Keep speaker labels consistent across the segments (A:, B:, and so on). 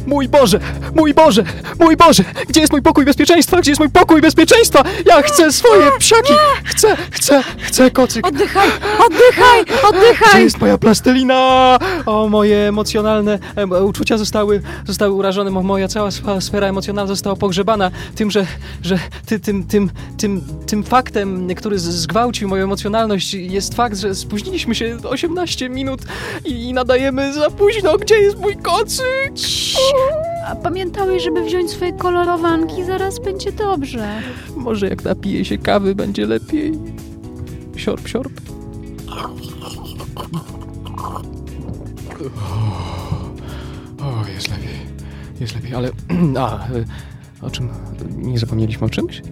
A: Mój Boże! Mój Boże! Mój Boże! Gdzie jest mój pokój bezpieczeństwa? Gdzie jest mój pokój bezpieczeństwa? Ja chcę swoje psiaki! Chcę kocyk!
B: Oddychaj!
A: Gdzie jest moja plastelina? O, moje emocjonalne uczucia zostały urażone. Moja cała sfera emocjonalna została pogrzebana tym, że tym faktem, który zgwałcił moją emocjonalność, jest fakt, że spóźniliśmy się 18 minut i nadajemy za późno. Gdzie jest mój kocyk?
B: A pamiętałeś, żeby wziąć swoje kolorowanki? Zaraz będzie dobrze.
A: Może jak napiję się kawy, będzie lepiej. Siorb, siorb. O, jest lepiej, ale... o czym? Nie zapomnieliśmy o czymś?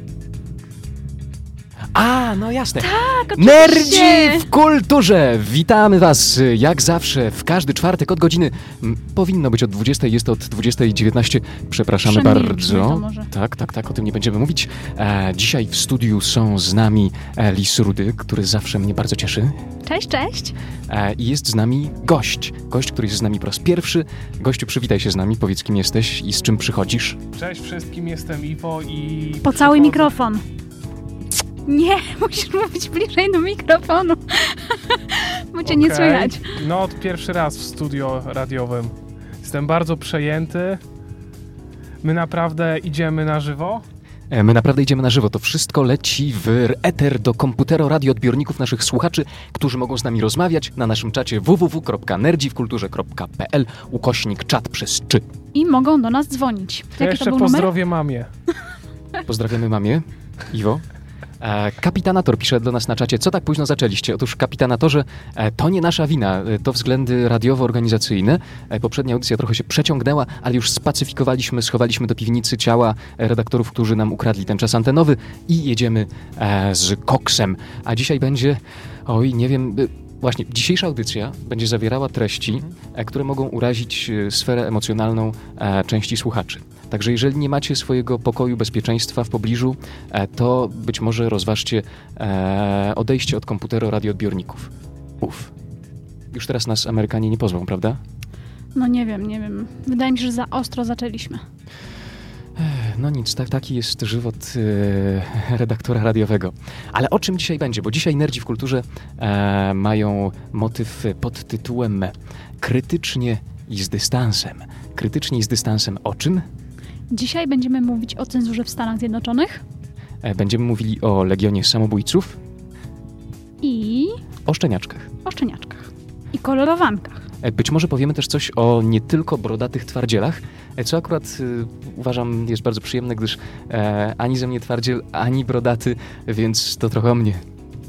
A: No jasne.
B: Tak, oczywiście.
A: Nerdzi w kulturze! Witamy was jak zawsze w każdy czwartek od godziny... Powinno być od 20, jest od 20:19. Przepraszamy bardzo.
B: To może.
A: Tak, o tym nie będziemy mówić. Dzisiaj w studiu są z nami Lis Rudy, który zawsze mnie bardzo cieszy.
B: Cześć.
A: I jest z nami gość, który jest z nami po raz pierwszy. Gościu, przywitaj się z nami, powiedz kim jesteś i z czym przychodzisz.
C: Cześć wszystkim, jestem Iwo i...
B: Pocałuj mikrofon. Nie, musisz mówić bliżej do mikrofonu, bo cię nie słychać.
C: No, pierwszy raz w studio radiowym. Jestem bardzo przejęty. My naprawdę idziemy na żywo.
A: To wszystko leci w eter do komputero-radioodbiorników naszych słuchaczy, którzy mogą z nami rozmawiać na naszym czacie www.nerdziwkulturze.pl/czat przez 3.
B: I mogą do nas dzwonić.
C: Ja jeszcze pozdrowię mamie.
A: Pozdrawiamy mamie. Iwo. Kapitanator pisze do nas na czacie, co tak późno zaczęliście? Otóż, kapitanatorze, to nie nasza wina, to względy radiowo-organizacyjne. Poprzednia audycja trochę się przeciągnęła, ale już spacyfikowaliśmy, schowaliśmy do piwnicy ciała redaktorów, którzy nam ukradli ten czas antenowy i jedziemy z koksem. A dzisiaj będzie, nie wiem... Właśnie, dzisiejsza audycja będzie zawierała treści, które mogą urazić sferę emocjonalną części słuchaczy. Także jeżeli nie macie swojego pokoju bezpieczeństwa w pobliżu, to być może rozważcie odejście od komputero-radioodbiorników. Już teraz nas Amerykanie nie pozwą, prawda?
B: No nie wiem. Wydaje mi się, że za ostro zaczęliśmy.
A: No nic, taki jest żywot redaktora radiowego. Ale o czym dzisiaj będzie? Bo dzisiaj Nerdzi w kulturze mają motyw pod tytułem Krytycznie i z dystansem. Krytycznie i z dystansem o czym?
B: Dzisiaj będziemy mówić o cenzurze w Stanach Zjednoczonych.
A: Będziemy mówili o Legionie Samobójców.
B: I...
A: o szczeniaczkach.
B: I kolorowankach.
A: Być może powiemy też coś o nie tylko brodatych twardzielach, co akurat uważam jest bardzo przyjemne, gdyż ani ze mnie twardziel, ani brodaty, więc to trochę o mnie.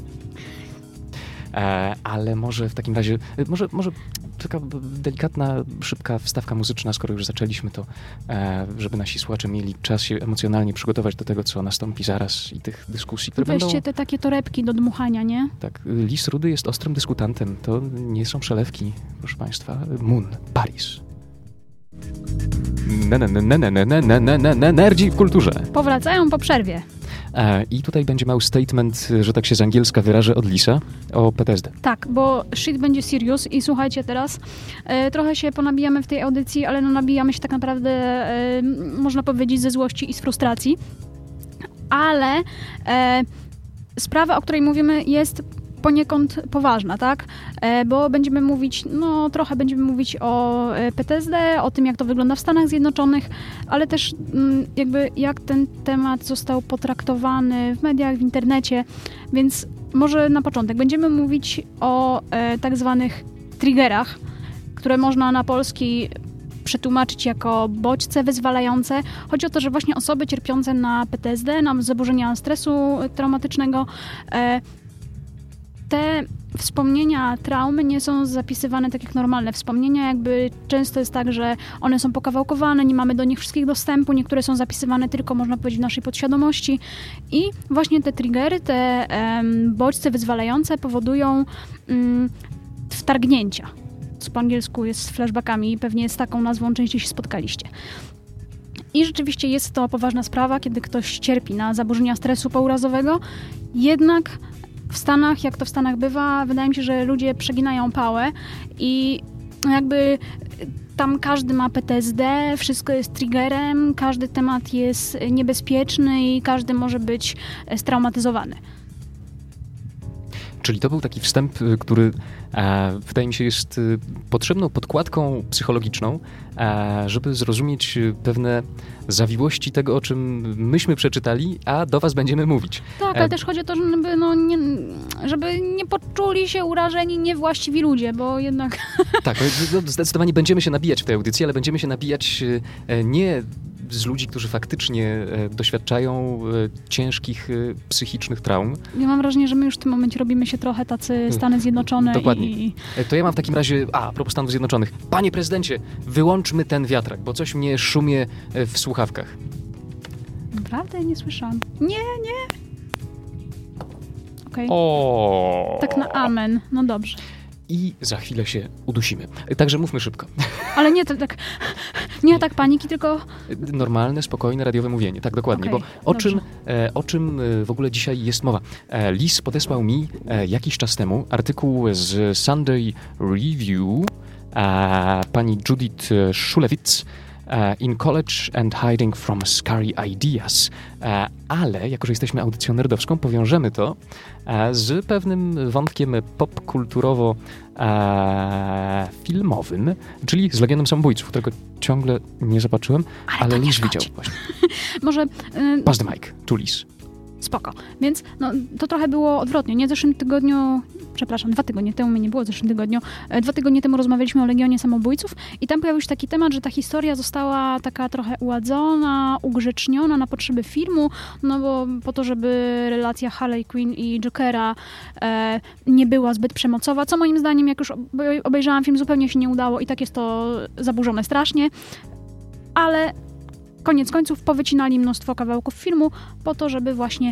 A: Ale może w takim razie, może taka delikatna, szybka wstawka muzyczna, skoro już zaczęliśmy to, żeby nasi słuchacze mieli czas się emocjonalnie przygotować do tego, co nastąpi zaraz i tych dyskusji, które
B: Weźcie
A: będą...
B: te takie torebki do dmuchania, nie?
A: Tak, Lis Rudy jest ostrym dyskutantem, to nie są przelewki, proszę państwa. Moon, Paris. Nerdzi w kulturze.
B: Powracają po przerwie.
A: I tutaj będzie mały statement, że tak się z angielska wyrażę, od Lisa o PTSD.
B: Tak, bo shit będzie serious i słuchajcie teraz, trochę się ponabijamy w tej audycji, ale nabijamy się tak naprawdę, można powiedzieć, ze złości i z frustracji. Ale sprawa, o której mówimy, jest poniekąd poważna, tak? Bo trochę będziemy mówić o PTSD, o tym, jak to wygląda w Stanach Zjednoczonych, ale też jakby jak ten temat został potraktowany w mediach, w internecie, więc może na początek będziemy mówić o tak zwanych triggerach, które można na polski przetłumaczyć jako bodźce wyzwalające. Chodzi o to, że właśnie osoby cierpiące na PTSD, na zaburzenia stresu traumatycznego, te wspomnienia traumy nie są zapisywane tak jak normalne wspomnienia, jakby często jest tak, że one są pokawałkowane, nie mamy do nich wszystkich dostępu, niektóre są zapisywane tylko, można powiedzieć, w naszej podświadomości i właśnie te triggery, te bodźce wyzwalające powodują wtargnięcia, co po angielsku jest z flashbackami i pewnie z taką nazwą częściej się spotkaliście. I rzeczywiście jest to poważna sprawa, kiedy ktoś cierpi na zaburzenia stresu pourazowego, jednak w Stanach, jak to w Stanach bywa, wydaje mi się, że ludzie przeginają pałę i jakby tam każdy ma PTSD, wszystko jest triggerem, każdy temat jest niebezpieczny i każdy może być straumatyzowany.
A: Czyli to był taki wstęp, który wydaje mi się jest potrzebną podkładką psychologiczną, żeby zrozumieć pewne zawiłości tego, o czym myśmy przeczytali, a do was będziemy mówić.
B: Tak, ale też chodzi o to, żeby nie poczuli się urażeni niewłaściwi ludzie, bo jednak...
A: Tak, zdecydowanie będziemy się nabijać w tej audycji, ale będziemy się nabijać nie z ludzi, którzy faktycznie doświadczają ciężkich psychicznych traum.
B: Ja mam wrażenie, że my już w tym momencie robimy się trochę tacy Stany Zjednoczone.
A: Dokładnie. To ja mam w takim razie, a propos Stanów Zjednoczonych. Panie prezydencie, wyłączmy ten wiatrak, bo coś mnie szumie w słuchawkach.
B: Naprawdę? Nie słyszałam. Nie. Okej.
A: O.
B: Tak na amen. No dobrze.
A: I za chwilę się udusimy. Także mówmy szybko.
B: Ale nie nie tak paniki, tylko...
A: Normalne, spokojne, radiowe mówienie. Tak, dokładnie.
B: Okay,
A: bo o czym w ogóle dzisiaj jest mowa? Lis podesłał mi jakiś czas temu artykuł z Sunday Review pani Judith Szulewicz In College and Hiding from Scary Ideas. Ale, jako że jesteśmy audycją nerdowską, powiążemy to z pewnym wątkiem popkulturowo-filmowym, czyli z Legionem Samobójców, którego ciągle nie zobaczyłem, ale Lis widział właśnie.
B: Może...
A: Pass the mic to Lis.
B: Spoko. Więc to trochę było odwrotnie. Nie w zeszłym tygodniu, 2 tygodnie temu, mnie nie było w zeszłym tygodniu, 2 tygodnie temu rozmawialiśmy o Legionie Samobójców i tam pojawił się taki temat, że ta historia została taka trochę uładzona, ugrzeczniona na potrzeby filmu, no bo po to, żeby relacja Harley Quinn i Jokera nie była zbyt przemocowa, co moim zdaniem, jak już obejrzałam film, zupełnie się nie udało i tak jest to zaburzone strasznie, ale koniec końców powycinali mnóstwo kawałków filmu po to, żeby właśnie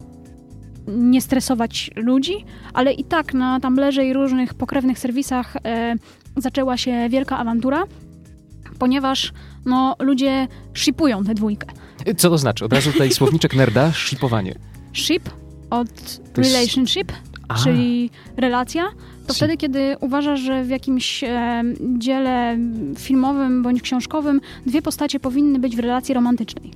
B: nie stresować ludzi, ale i tak na Tumblrze i różnych pokrewnych serwisach zaczęła się wielka awantura, ponieważ ludzie shipują tę dwójkę.
A: Co to znaczy? Od razu tutaj słowniczek nerda, shipowanie.
B: Ship od relationship, czyli relacja. To wtedy, kiedy uważasz, że w jakimś dziele filmowym bądź książkowym 2 postacie powinny być w relacji romantycznej.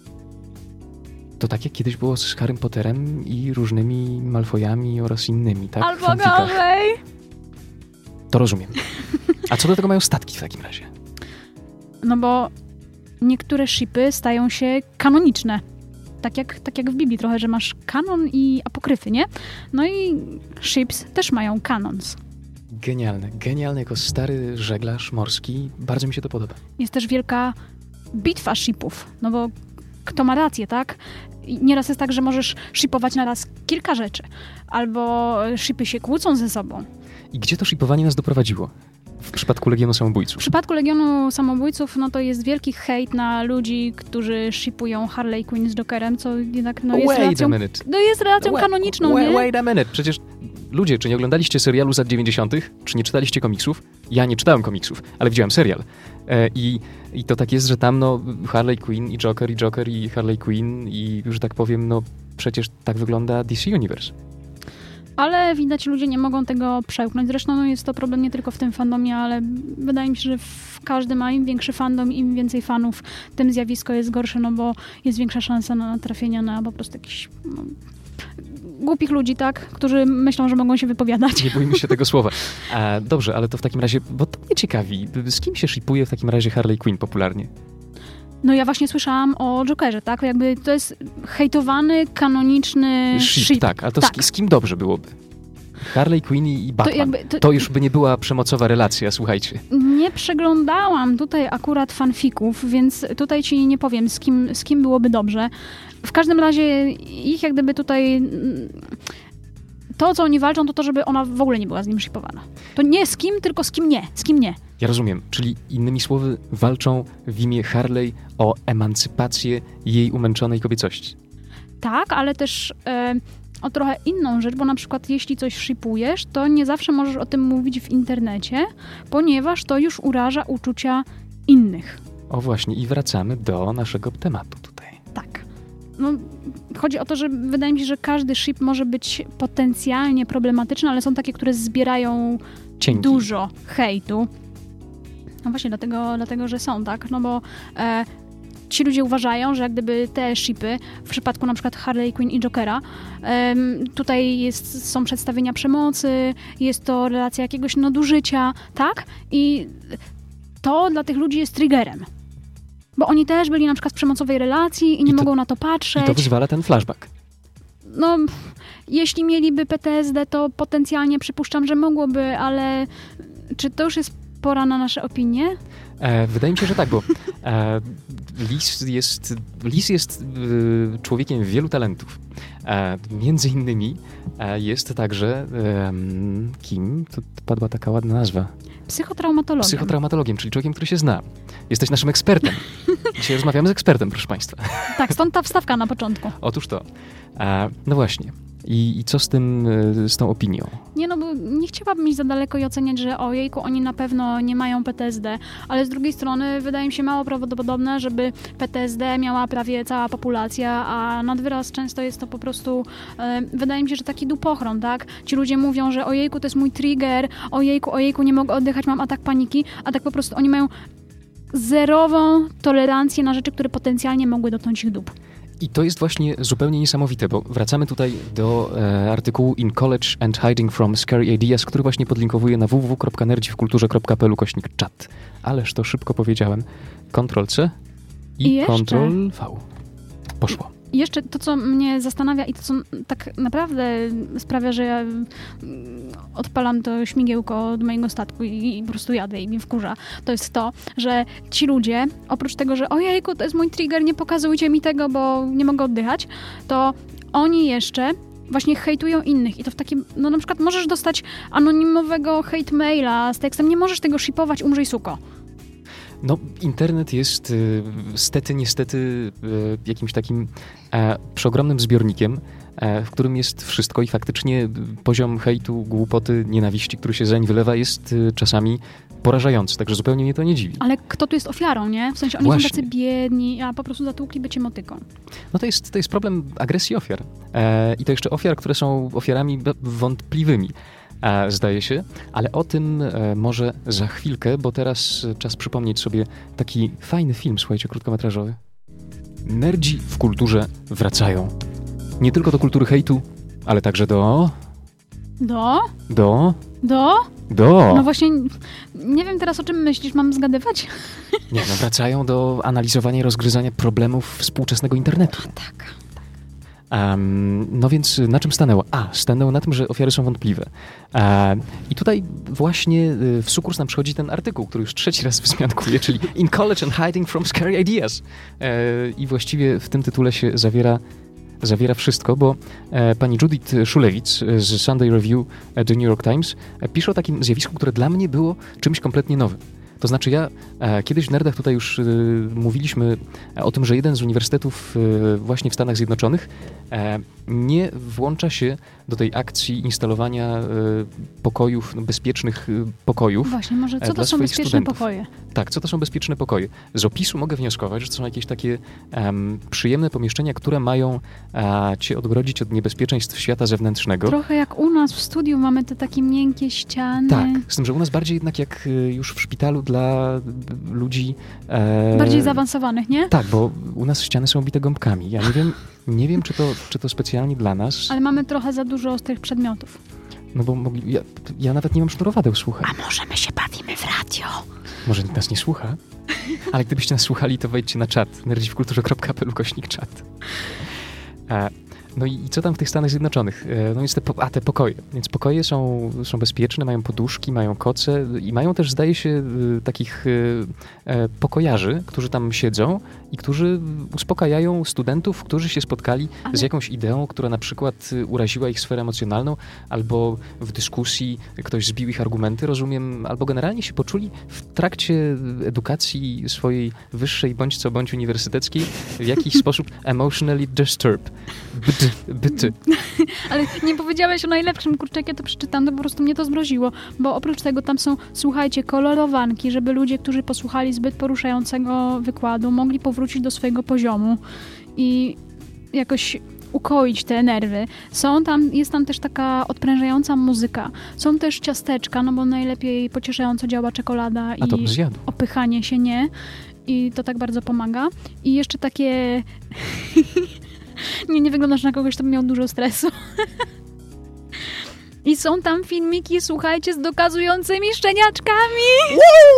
A: To tak jak kiedyś było z Harrym Potterem i różnymi Malfoyami oraz innymi, tak?
B: Albo gorzej!
A: To rozumiem. A co do tego mają statki w takim razie?
B: No bo niektóre shipy stają się kanoniczne. Tak jak w Biblii trochę, że masz kanon i apokryfy, nie? No i ships też mają canons.
A: Genialne jako stary żeglarz morski. Bardzo mi się to podoba.
B: Jest też wielka bitwa shipów, no bo kto ma rację, tak? I nieraz jest tak, że możesz shipować na raz kilka rzeczy, albo shipy się kłócą ze sobą.
A: I gdzie to shipowanie nas doprowadziło? W przypadku Legionu Samobójców.
B: W przypadku Legionu Samobójców, to jest wielki hejt na ludzi, którzy shipują Harley Quinn z Jokerem, co jednak jest relacją kanoniczną, nie?
A: Wait a minute. Przecież ludzie, czy nie oglądaliście serialu z lat 90., czy nie czytaliście komiksów? Ja nie czytałem komiksów, ale widziałem serial. I to tak jest, że tam Harley Quinn i Joker i Harley Quinn i, że tak powiem, przecież tak wygląda DC Universe.
B: Ale widać, ludzie nie mogą tego przełknąć. Zresztą jest to problem nie tylko w tym fandomie, ale wydaje mi się, że każdy ma im większy fandom, im więcej fanów, tym zjawisko jest gorsze, bo jest większa szansa na trafienie na po prostu jakichś głupich ludzi, tak? Którzy myślą, że mogą się wypowiadać.
A: Nie bójmy się tego słowa. Dobrze, ale to w takim razie, bo to mnie ciekawi, z kim się shipuje w takim razie Harley Quinn popularnie?
B: No ja właśnie słyszałam o Jokerze, tak? Jakby to jest hejtowany, kanoniczny ship.
A: Tak, ale to tak. Z kim dobrze byłoby? Harley Quinn i Batman. To już by nie była przemocowa relacja, słuchajcie. Nie
B: przeglądałam tutaj akurat fanfików, więc tutaj ci nie powiem, z kim byłoby dobrze. W każdym razie ich jak gdyby tutaj... To, o co oni walczą, to żeby ona w ogóle nie była z nim shipowana. To nie z kim, tylko z kim nie. Ja
A: rozumiem. Czyli innymi słowy walczą w imię Harley o emancypację jej umęczonej kobiecości.
B: Tak, ale też o trochę inną rzecz, bo na przykład jeśli coś shipujesz, to nie zawsze możesz o tym mówić w internecie, ponieważ to już uraża uczucia innych.
A: O właśnie, i wracamy do naszego tematu tutaj.
B: Tak. Chodzi o to, że wydaje mi się, że każdy ship może być potencjalnie problematyczny, ale są takie, które zbierają dużo hejtu. No właśnie, dlatego, że są, tak? No bo ci ludzie uważają, że jak gdyby te shipy, w przypadku na przykład Harley Quinn i Jokera, tutaj są przedstawienia przemocy, jest to relacja jakiegoś nadużycia, tak? I to dla tych ludzi jest triggerem. Bo oni też byli na przykład w przemocowej relacji i nie mogą na to patrzeć.
A: I to wyzwala ten flashback.
B: No, jeśli mieliby PTSD, to potencjalnie przypuszczam, że mogłoby, ale czy to już jest pora na nasze opinie?
A: Wydaje mi się, że tak, bo Lis jest człowiekiem wielu talentów. Między innymi jest także kim? To padła taka ładna nazwa. Psychotraumatologiem, czyli człowiekiem, który się zna. Jesteś naszym ekspertem. Dzisiaj rozmawiamy z ekspertem, proszę państwa.
B: Tak, stąd ta wstawka na początku.
A: Otóż to. No właśnie. I co z tą opinią?
B: Nie, no bo nie chciałabym iść za daleko i oceniać, że ojejku, oni na pewno nie mają PTSD, ale z drugiej strony wydaje mi się mało prawdopodobne, żeby PTSD miała prawie cała populacja, a nad wyraz często jest to po prostu, wydaje mi się, że taki dupochron, tak? Ci ludzie mówią, że ojejku, to jest mój trigger, ojejku, nie mogę oddychać, mam atak paniki, a tak po prostu oni mają zerową tolerancję na rzeczy, które potencjalnie mogły dotknąć ich dup.
A: I to jest właśnie zupełnie niesamowite, bo wracamy tutaj do artykułu In College and Hiding from Scary Ideas, który właśnie podlinkowuję na www.nerdziwkulturze.pl/czat. Ależ to szybko powiedziałem. Ctrl-C i Ctrl-V. Poszło.
B: I jeszcze to, co mnie zastanawia i to, co tak naprawdę sprawia, że ja odpalam to śmigiełko od mojego statku i po prostu jadę i mnie wkurza, to jest to, że ci ludzie, oprócz tego, że ojejku, to jest mój trigger, nie pokazujcie mi tego, bo nie mogę oddychać, to oni jeszcze właśnie hejtują innych i to w takim, no na przykład możesz dostać anonimowego hate maila z tekstem, nie możesz tego shipować, umrzyj suko.
A: No, internet jest stety, niestety jakimś takim przeogromnym zbiornikiem, w którym jest wszystko i faktycznie poziom hejtu, głupoty, nienawiści, który się zeń wylewa, jest czasami porażający, także zupełnie mnie to nie dziwi.
B: Ale kto tu jest ofiarą, nie? W sensie oni są tacy biedni, a po prostu zatłukliby cię motyką.
A: No to jest problem agresji ofiar. I to jeszcze ofiar, które są ofiarami wątpliwymi. Zdaje się, ale o tym może za chwilkę, bo teraz czas przypomnieć sobie taki fajny film, słuchajcie, krótkometrażowy. Nerdzi w kulturze wracają. Nie tylko do kultury hejtu, ale także do...
B: No właśnie, nie wiem teraz, o czym myślisz, mam zgadywać?
A: Nie, no wracają do analizowania i rozgryzania problemów współczesnego internetu.
B: Tak.
A: No więc na czym stanęło? Stanęło na tym, że ofiary są wątpliwe. I tutaj właśnie w sukurs nam przychodzi ten artykuł, który już trzeci raz wzmiankuję, czyli In College and Hiding from Scary Ideas. I właściwie w tym tytule się zawiera wszystko, bo pani Judith Szulewicz z Sunday Review The New York Times pisze o takim zjawisku, które dla mnie było czymś kompletnie nowym. To znaczy ja kiedyś w Nerdach tutaj już mówiliśmy o tym, że jeden z uniwersytetów właśnie w Stanach Zjednoczonych nie włącza się do tej akcji instalowania pokojów, bezpiecznych pokojów.
B: Właśnie, może co to są bezpieczne
A: studentów.
B: Pokoje?
A: Tak, co to są bezpieczne pokoje? Z opisu mogę wnioskować, że to są jakieś takie przyjemne pomieszczenia, które mają cię odgrodzić od niebezpieczeństw świata zewnętrznego.
B: Trochę jak u nas w studiu mamy te takie miękkie ściany.
A: Tak, z tym, że u nas bardziej jednak jak już w szpitalu dla ludzi...
B: bardziej zaawansowanych, nie?
A: Tak, bo u nas ściany są obite gąbkami. Ja nie wiem, czy to specjalnie dla nas.
B: Ale mamy trochę za dużo ostrych przedmiotów.
A: No bo ja nawet nie mam sznurowadeł, słuchaj.
B: A może my się bawimy w radio?
A: Może nikt nas nie słucha? Ale gdybyście nas słuchali, to wejdźcie na czat. nerdziwkulturze.pl/czat. No i co tam w tych Stanach Zjednoczonych? No jest te pokoje. Więc pokoje są bezpieczne, mają poduszki, mają koce i mają też, zdaje się, takich pokojarzy, którzy tam siedzą i którzy uspokajają studentów, którzy się spotkali z jakąś ideą, która na przykład uraziła ich sferę emocjonalną, albo w dyskusji ktoś zbił ich argumenty, rozumiem, albo generalnie się poczuli w trakcie edukacji swojej wyższej bądź uniwersyteckiej w jakiś sposób emotionally disturbed. Byty.
B: Ale nie powiedziałeś o najlepszym, kurczę, jak ja to przeczytam, to po prostu mnie to zmroziło, bo oprócz tego tam są, słuchajcie, kolorowanki, żeby ludzie, którzy posłuchali zbyt poruszającego wykładu, mogli powrócić do swojego poziomu i jakoś ukoić te nerwy. Jest tam też taka odprężająca muzyka. Są też ciasteczka, no bo najlepiej pocieszająco działa czekolada
A: A to bym
B: i
A: zjadł.
B: opychanie się nie. I to tak bardzo pomaga. I jeszcze takie... nie wyglądasz na kogoś, kto by miał dużo stresu. I są tam filmiki, słuchajcie, z dokazującymi szczeniaczkami.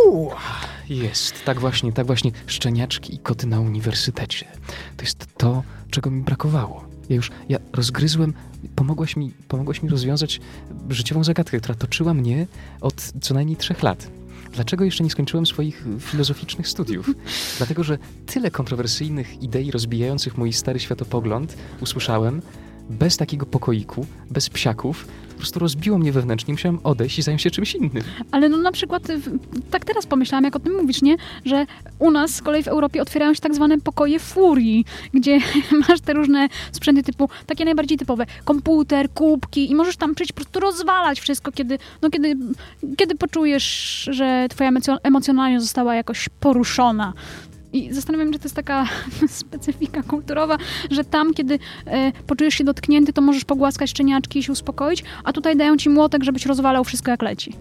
A: Jest, tak właśnie, szczeniaczki i koty na uniwersytecie. To jest to, czego mi brakowało. Ja rozgryzłem, pomogłaś mi rozwiązać życiową zagadkę, która toczyła mnie od co najmniej 3 lat. Dlaczego jeszcze nie skończyłem swoich filozoficznych studiów? Dlatego, że tyle kontrowersyjnych idei rozbijających mój stary światopogląd usłyszałem bez takiego pokoiku, bez psiaków. Po prostu rozbiło mnie wewnętrznie, musiałem odejść i zająć się czymś innym.
B: Ale no na przykład, tak teraz pomyślałam, jak o tym mówisz, nie? Że u nas z kolei w Europie otwierają się tak zwane pokoje furii, gdzie masz te różne sprzęty typu, takie najbardziej typowe, komputer, kubki i możesz tam przyjść po prostu rozwalać wszystko, kiedy poczujesz, że twoja emocjonalność została jakoś poruszona. I zastanawiam się, czy to jest taka specyfika kulturowa, że tam, kiedy poczujesz się dotknięty, to możesz pogłaskać szczeniaczki i się uspokoić, a tutaj dają ci młotek, żebyś rozwalał wszystko jak leci.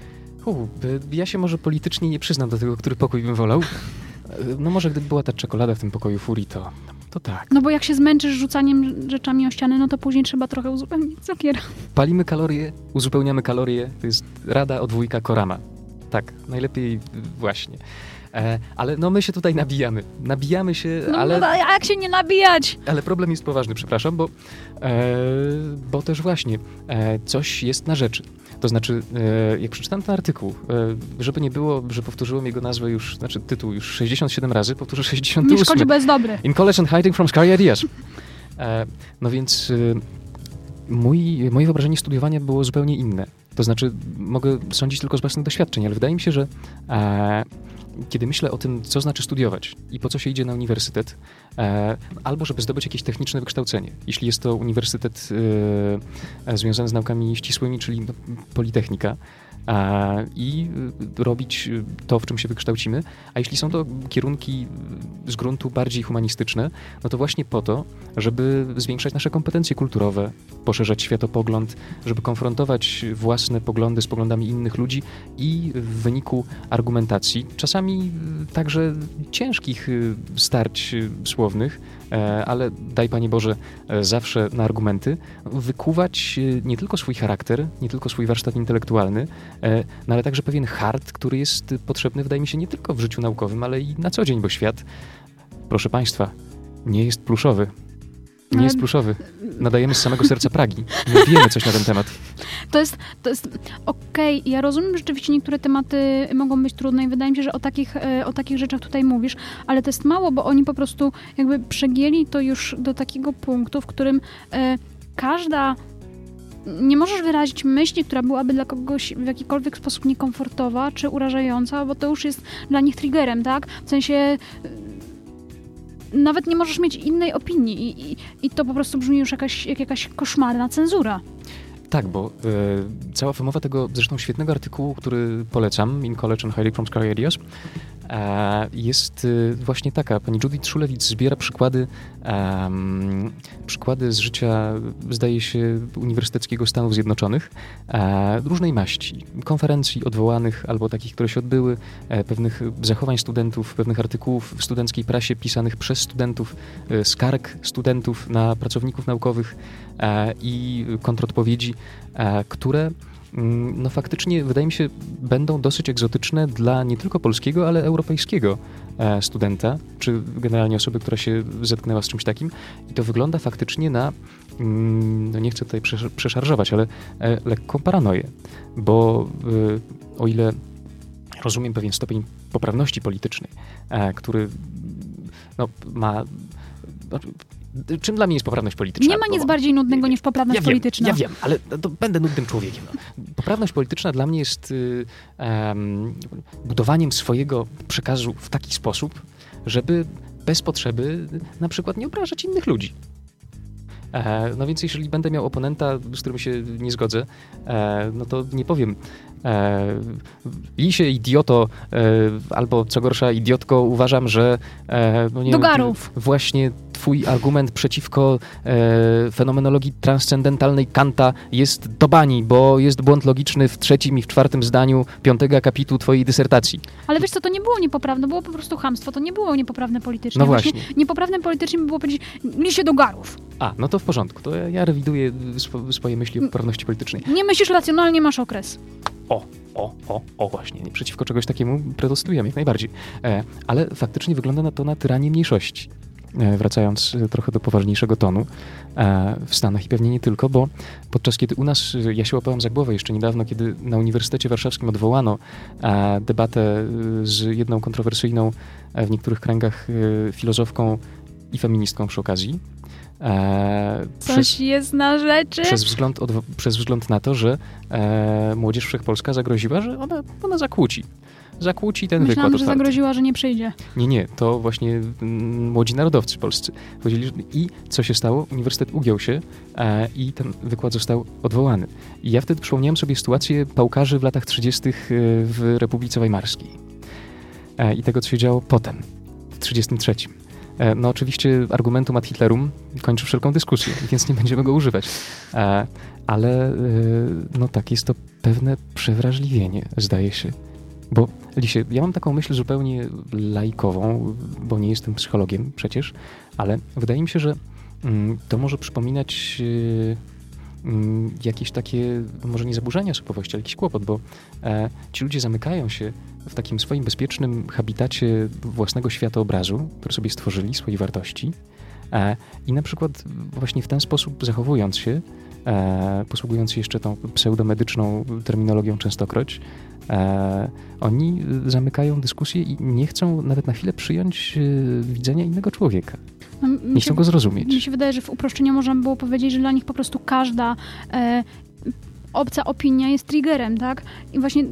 A: Ja się może politycznie nie przyznam do tego, który pokój bym wolał. No może gdyby była ta czekolada w tym pokoju furii, to tak.
B: No bo jak się zmęczysz rzucaniem rzeczami o ściany, no to później trzeba trochę uzupełnić cukier.
A: Palimy kalorie, uzupełniamy kalorie. To jest rada od wujka Korama. Tak, najlepiej właśnie. Ale no my się tutaj nabijamy się,
B: no,
A: ale...
B: No, a jak się nie nabijać?
A: Ale problem jest poważny, przepraszam, bo też właśnie coś jest na rzeczy. To znaczy, jak przeczytam ten artykuł, żeby nie było, że powtórzyłem jego nazwę już, znaczy tytuł już 67 razy, powtórzę 68.
B: Nie szkodzi, bo jest dobry.
A: In College and Hiding from Scary Ideas. No więc moje wyobrażenie studiowania było zupełnie inne. To znaczy, mogę sądzić tylko z własnych doświadczeń, ale wydaje mi się, że kiedy myślę o tym, co znaczy studiować i po co się idzie na uniwersytet, albo żeby zdobyć jakieś techniczne wykształcenie. Jeśli jest to uniwersytet związany z naukami ścisłymi, czyli Politechnika, i robić to, w czym się wykształcimy, a jeśli są to kierunki z gruntu bardziej humanistyczne, no to właśnie po to, żeby zwiększać nasze kompetencje kulturowe, poszerzać światopogląd, żeby konfrontować własne poglądy z poglądami innych ludzi i w wyniku argumentacji, czasami także ciężkich starć słownych, ale daj Panie Boże zawsze na argumenty, wykuwać nie tylko swój charakter, nie tylko swój warsztat intelektualny, no ale także pewien hart, który jest potrzebny, wydaje mi się, nie tylko w życiu naukowym, ale i na co dzień, bo świat, proszę Państwa, nie jest pluszowy. Nie jest pluszowy. Nadajemy z samego serca Pragi. My wiemy coś na ten temat.
B: To jest okej. Ja rozumiem, że rzeczywiście niektóre tematy mogą być trudne i wydaje mi się, że o takich rzeczach tutaj mówisz, ale to jest mało, bo oni po prostu jakby przegięli to już do takiego punktu, w którym nie możesz wyrazić myśli, która byłaby dla kogoś w jakikolwiek sposób niekomfortowa czy urażająca, bo to już jest dla nich triggerem, tak? W sensie nawet nie możesz mieć innej opinii i to po prostu brzmi już jak jakaś koszmarna cenzura.
A: Tak, bo cała wymowa tego zresztą świetnego artykułu, który polecam, In College and Hiding from Scary Ideas, jest właśnie taka. Pani Judith Szulewicz zbiera przykłady z życia, zdaje się, Uniwersyteckiego Stanów Zjednoczonych, różnej maści, konferencji odwołanych albo takich, które się odbyły, pewnych zachowań studentów, pewnych artykułów w studenckiej prasie pisanych przez studentów, skarg studentów na pracowników naukowych i kontrodpowiedzi, które no faktycznie, wydaje mi się, będą dosyć egzotyczne dla nie tylko polskiego, ale europejskiego studenta, czy generalnie osoby, która się zetknęła z czymś takim. I to wygląda faktycznie na, no nie chcę tutaj przeszarżować, ale lekką paranoję. Bo o ile rozumiem pewien stopień poprawności politycznej, który no, ma... Czym dla mnie jest poprawność polityczna?
B: Nie ma nic bardziej nudnego niż poprawność polityczna.
A: Ja wiem, ale to będę nudnym człowiekiem. No. Poprawność polityczna dla mnie jest budowaniem swojego przekazu w taki sposób, żeby bez potrzeby na przykład nie obrażać innych ludzi. No więc jeśli będę miał oponenta, z którym się nie zgodzę, no to nie powiem lisie idioto, albo co gorsza idiotko, uważam, że no nie
B: do garów.
A: Właśnie twój argument przeciwko fenomenologii transcendentalnej Kanta jest do bani, bo jest błąd logiczny w 3. i w 4. zdaniu 5. akapitu twojej dysertacji.
B: Ale wiesz co, to nie było niepoprawne, było po prostu chamstwo, to nie było niepoprawne politycznie.
A: No właśnie.
B: Niepoprawne politycznie by było powiedzieć, liście do garów.
A: A, no to w porządku, to ja rewiduję swoje myśli o poprawności politycznej.
B: Nie myślisz racjonalnie, masz okres.
A: O, właśnie, przeciwko czegoś takiemu protestujemy jak najbardziej. Ale faktycznie wygląda na to na tyranię mniejszości. Wracając trochę do poważniejszego tonu, w Stanach i pewnie nie tylko, bo podczas kiedy u nas, ja się łapałem za głowę jeszcze niedawno, kiedy na Uniwersytecie Warszawskim odwołano debatę z jedną kontrowersyjną w niektórych kręgach filozofką i feministką przy okazji.
B: Coś jest na rzeczy.
A: Przez wzgląd na to, że Młodzież Wszechpolska zagroziła, że ona zakłóci ten wykład otwarty.
B: Że zagroziła, że nie przyjdzie.
A: Nie, to właśnie młodzi narodowcy polscy powiedzieli, i co się stało? Uniwersytet ugiął się i ten wykład został odwołany. I ja wtedy przypomniałem sobie sytuację pałkarzy w latach 30. w Republice Weimarskiej i tego, co się działo potem, w 33. No oczywiście argumentum ad Hitlerum kończy wszelką dyskusję, więc nie będziemy go używać. Ale no tak, jest to pewne przewrażliwienie, zdaje się. Bo, Lisie, ja mam taką myśl zupełnie laikową, bo nie jestem psychologiem przecież, ale wydaje mi się, że to może przypominać jakieś takie, może nie zaburzenia osobowości, ale jakiś kłopot, bo ci ludzie zamykają się w takim swoim bezpiecznym habitacie własnego światoobrazu, który sobie stworzyli, swojej wartości i na przykład właśnie w ten sposób zachowując się, posługując się jeszcze tą pseudomedyczną terminologią częstokroć, oni zamykają dyskusję i nie chcą nawet na chwilę przyjąć widzenia innego człowieka. Nie chcą go zrozumieć.
B: Mi się wydaje, że w uproszczeniu można by było powiedzieć, że dla nich po prostu każda obca opinia jest triggerem, tak? I właśnie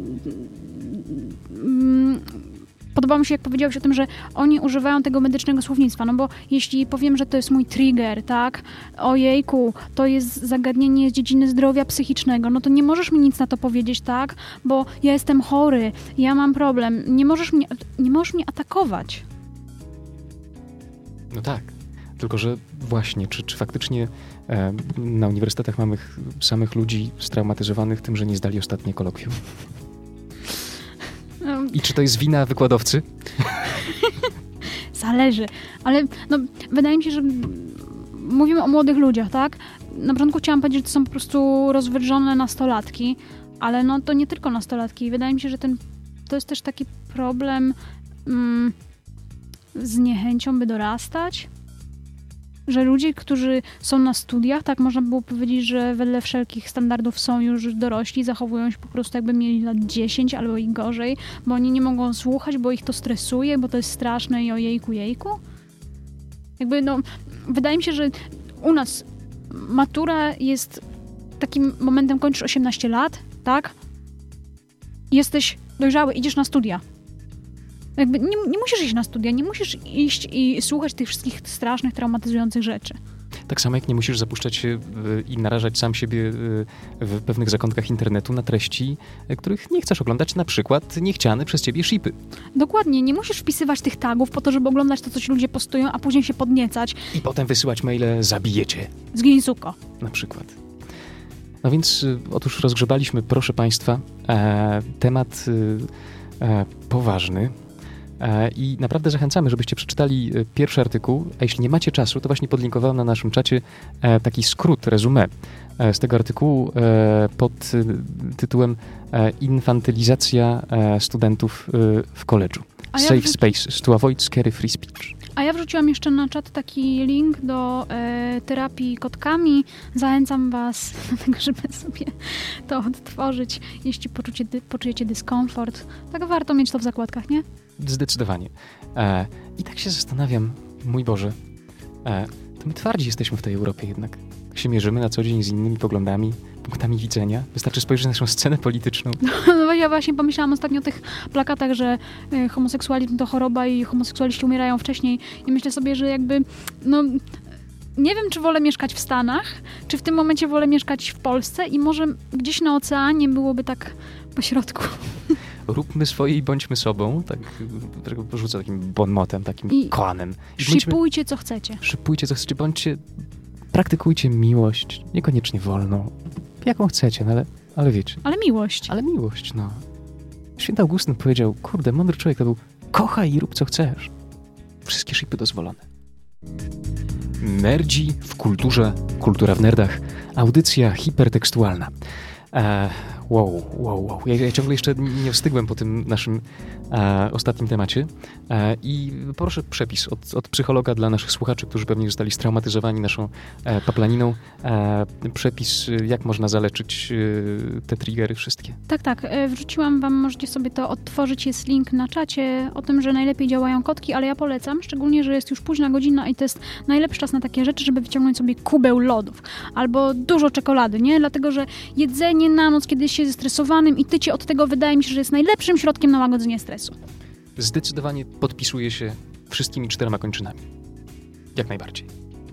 B: podoba mi się, jak powiedziałeś o tym, że oni używają tego medycznego słownictwa, no bo jeśli powiem, że to jest mój trigger, tak? Ojejku, to jest zagadnienie z dziedziny zdrowia psychicznego, no to nie możesz mi nic na to powiedzieć, tak? Bo ja jestem chory, ja mam problem, nie możesz mnie atakować.
A: No tak, tylko że właśnie, czy faktycznie na uniwersytetach mamy samych ludzi straumatyzowanych tym, że nie zdali ostatnie kolokwium? I czy to jest wina wykładowcy?
B: Zależy, ale no, wydaje mi się, że mówimy o młodych ludziach, tak? Na początku chciałam powiedzieć, że to są po prostu rozwydrzone nastolatki, ale no to nie tylko nastolatki. Wydaje mi się, że to jest też taki problem z niechęcią, by dorastać. Że ludzie, którzy są na studiach, tak można było powiedzieć, że wedle wszelkich standardów są już dorośli, zachowują się po prostu jakby mieli lat 10 albo i gorzej, bo oni nie mogą słuchać, bo ich to stresuje, bo to jest straszne i ojejku, jejku. Jakby no, wydaje mi się, że u nas matura jest takim momentem, kończysz 18 lat, tak? Jesteś dojrzały, idziesz na studia. Jakby nie musisz iść na studia, nie musisz iść i słuchać tych wszystkich strasznych, traumatyzujących rzeczy.
A: Tak samo jak nie musisz zapuszczać się i narażać sam siebie w pewnych zakątkach internetu na treści, których nie chcesz oglądać, na przykład niechciane przez ciebie shipy.
B: Dokładnie, nie musisz wpisywać tych tagów po to, żeby oglądać to, co ci ludzie postują, a później się podniecać.
A: I potem wysyłać maile, zabijecie.
B: Zgiń, suko.
A: Na przykład. No więc otóż rozgrzebaliśmy, proszę Państwa, temat poważny. I naprawdę zachęcamy, żebyście przeczytali pierwszy artykuł, a jeśli nie macie czasu, to właśnie podlinkowałem na naszym czacie taki skrót, resume z tego artykułu pod tytułem Infantylizacja studentów w college'u. Safe spaces to avoid scary free speech.
B: A ja wrzuciłam jeszcze na czat taki link do terapii kotkami. Zachęcam was do tego, żeby sobie to odtworzyć, jeśli poczujecie dyskomfort. Tak warto mieć to w zakładkach, nie?
A: Zdecydowanie. I tak się zastanawiam, mój Boże, to my twardzi jesteśmy w tej Europie jednak. Się mierzymy na co dzień z innymi poglądami, punktami widzenia. Wystarczy spojrzeć na naszą scenę polityczną.
B: No ja właśnie pomyślałam ostatnio o tych plakatach, że homoseksualizm to choroba i homoseksualiści umierają wcześniej. I myślę sobie, że jakby, no nie wiem, czy wolę mieszkać w Stanach, czy w tym momencie wolę mieszkać w Polsce i może gdzieś na oceanie byłoby tak po środku.
A: róbmy swoje i bądźmy sobą, tak porzucę takim bonmotem, takim koanem.
B: Szypujcie, co chcecie.
A: Szypujcie, co chcecie, praktykujcie miłość, niekoniecznie wolną, jaką chcecie, no ale wiecie.
B: Ale miłość.
A: Ale miłość, no. Święty Augustyn powiedział, kurde, mądry człowiek to był, kochaj i rób, co chcesz. Wszystkie szipy dozwolone. Nerdzi w kulturze, kultura w nerdach, audycja hipertekstualna. Wow. Ja ciągle jeszcze nie wstygłem po tym naszym ostatnim temacie i proszę przepis od psychologa dla naszych słuchaczy, którzy pewnie zostali straumatyzowani naszą paplaniną. Przepis, jak można zaleczyć te triggery wszystkie.
B: Tak. Wrzuciłam wam, możecie sobie to odtworzyć, jest link na czacie o tym, że najlepiej działają kotki, ale ja polecam, szczególnie, że jest już późna godzina i to jest najlepszy czas na takie rzeczy, żeby wyciągnąć sobie kubeł lodów albo dużo czekolady, nie? Dlatego, że jedzenie na noc, kiedy się zestresowanym i tycie od tego, wydaje mi się, że jest najlepszym środkiem na łagodzenie stresu.
A: Zdecydowanie podpisuję się wszystkimi 4 kończynami. Jak najbardziej.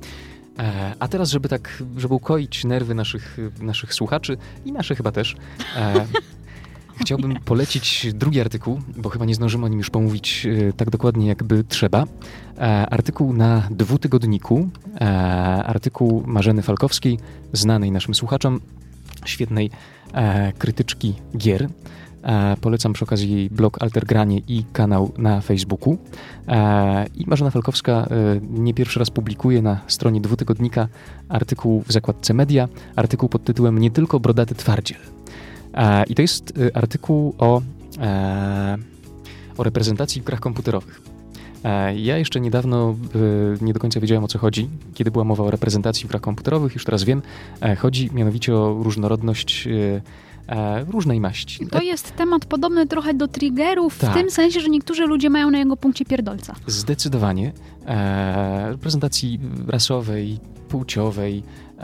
A: A teraz, żeby ukoić nerwy naszych słuchaczy i nasze chyba też, chciałbym polecić drugi artykuł, bo chyba nie zdążymy o nim już pomówić tak dokładnie, jakby trzeba. Artykuł na 2 tygodniku, artykuł Marzeny Falkowskiej, znanej naszym słuchaczom, świetnej krytyczki gier. Polecam przy okazji jej blog Altergranie i kanał na Facebooku. I Marzena Falkowska nie pierwszy raz publikuje na stronie 2 tygodnika artykuł w zakładce Media, artykuł pod tytułem Nie tylko brodaty twardziel. I to jest artykuł o reprezentacji w grach komputerowych. Ja jeszcze niedawno nie do końca wiedziałem, o co chodzi, kiedy była mowa o reprezentacji w grach komputerowych, już teraz wiem. Chodzi mianowicie o różnorodność różnej maści.
B: To jest temat podobny trochę do triggerów, w tym sensie, że niektórzy ludzie mają na jego punkcie pierdolca.
A: Zdecydowanie. Reprezentacji rasowej, płciowej,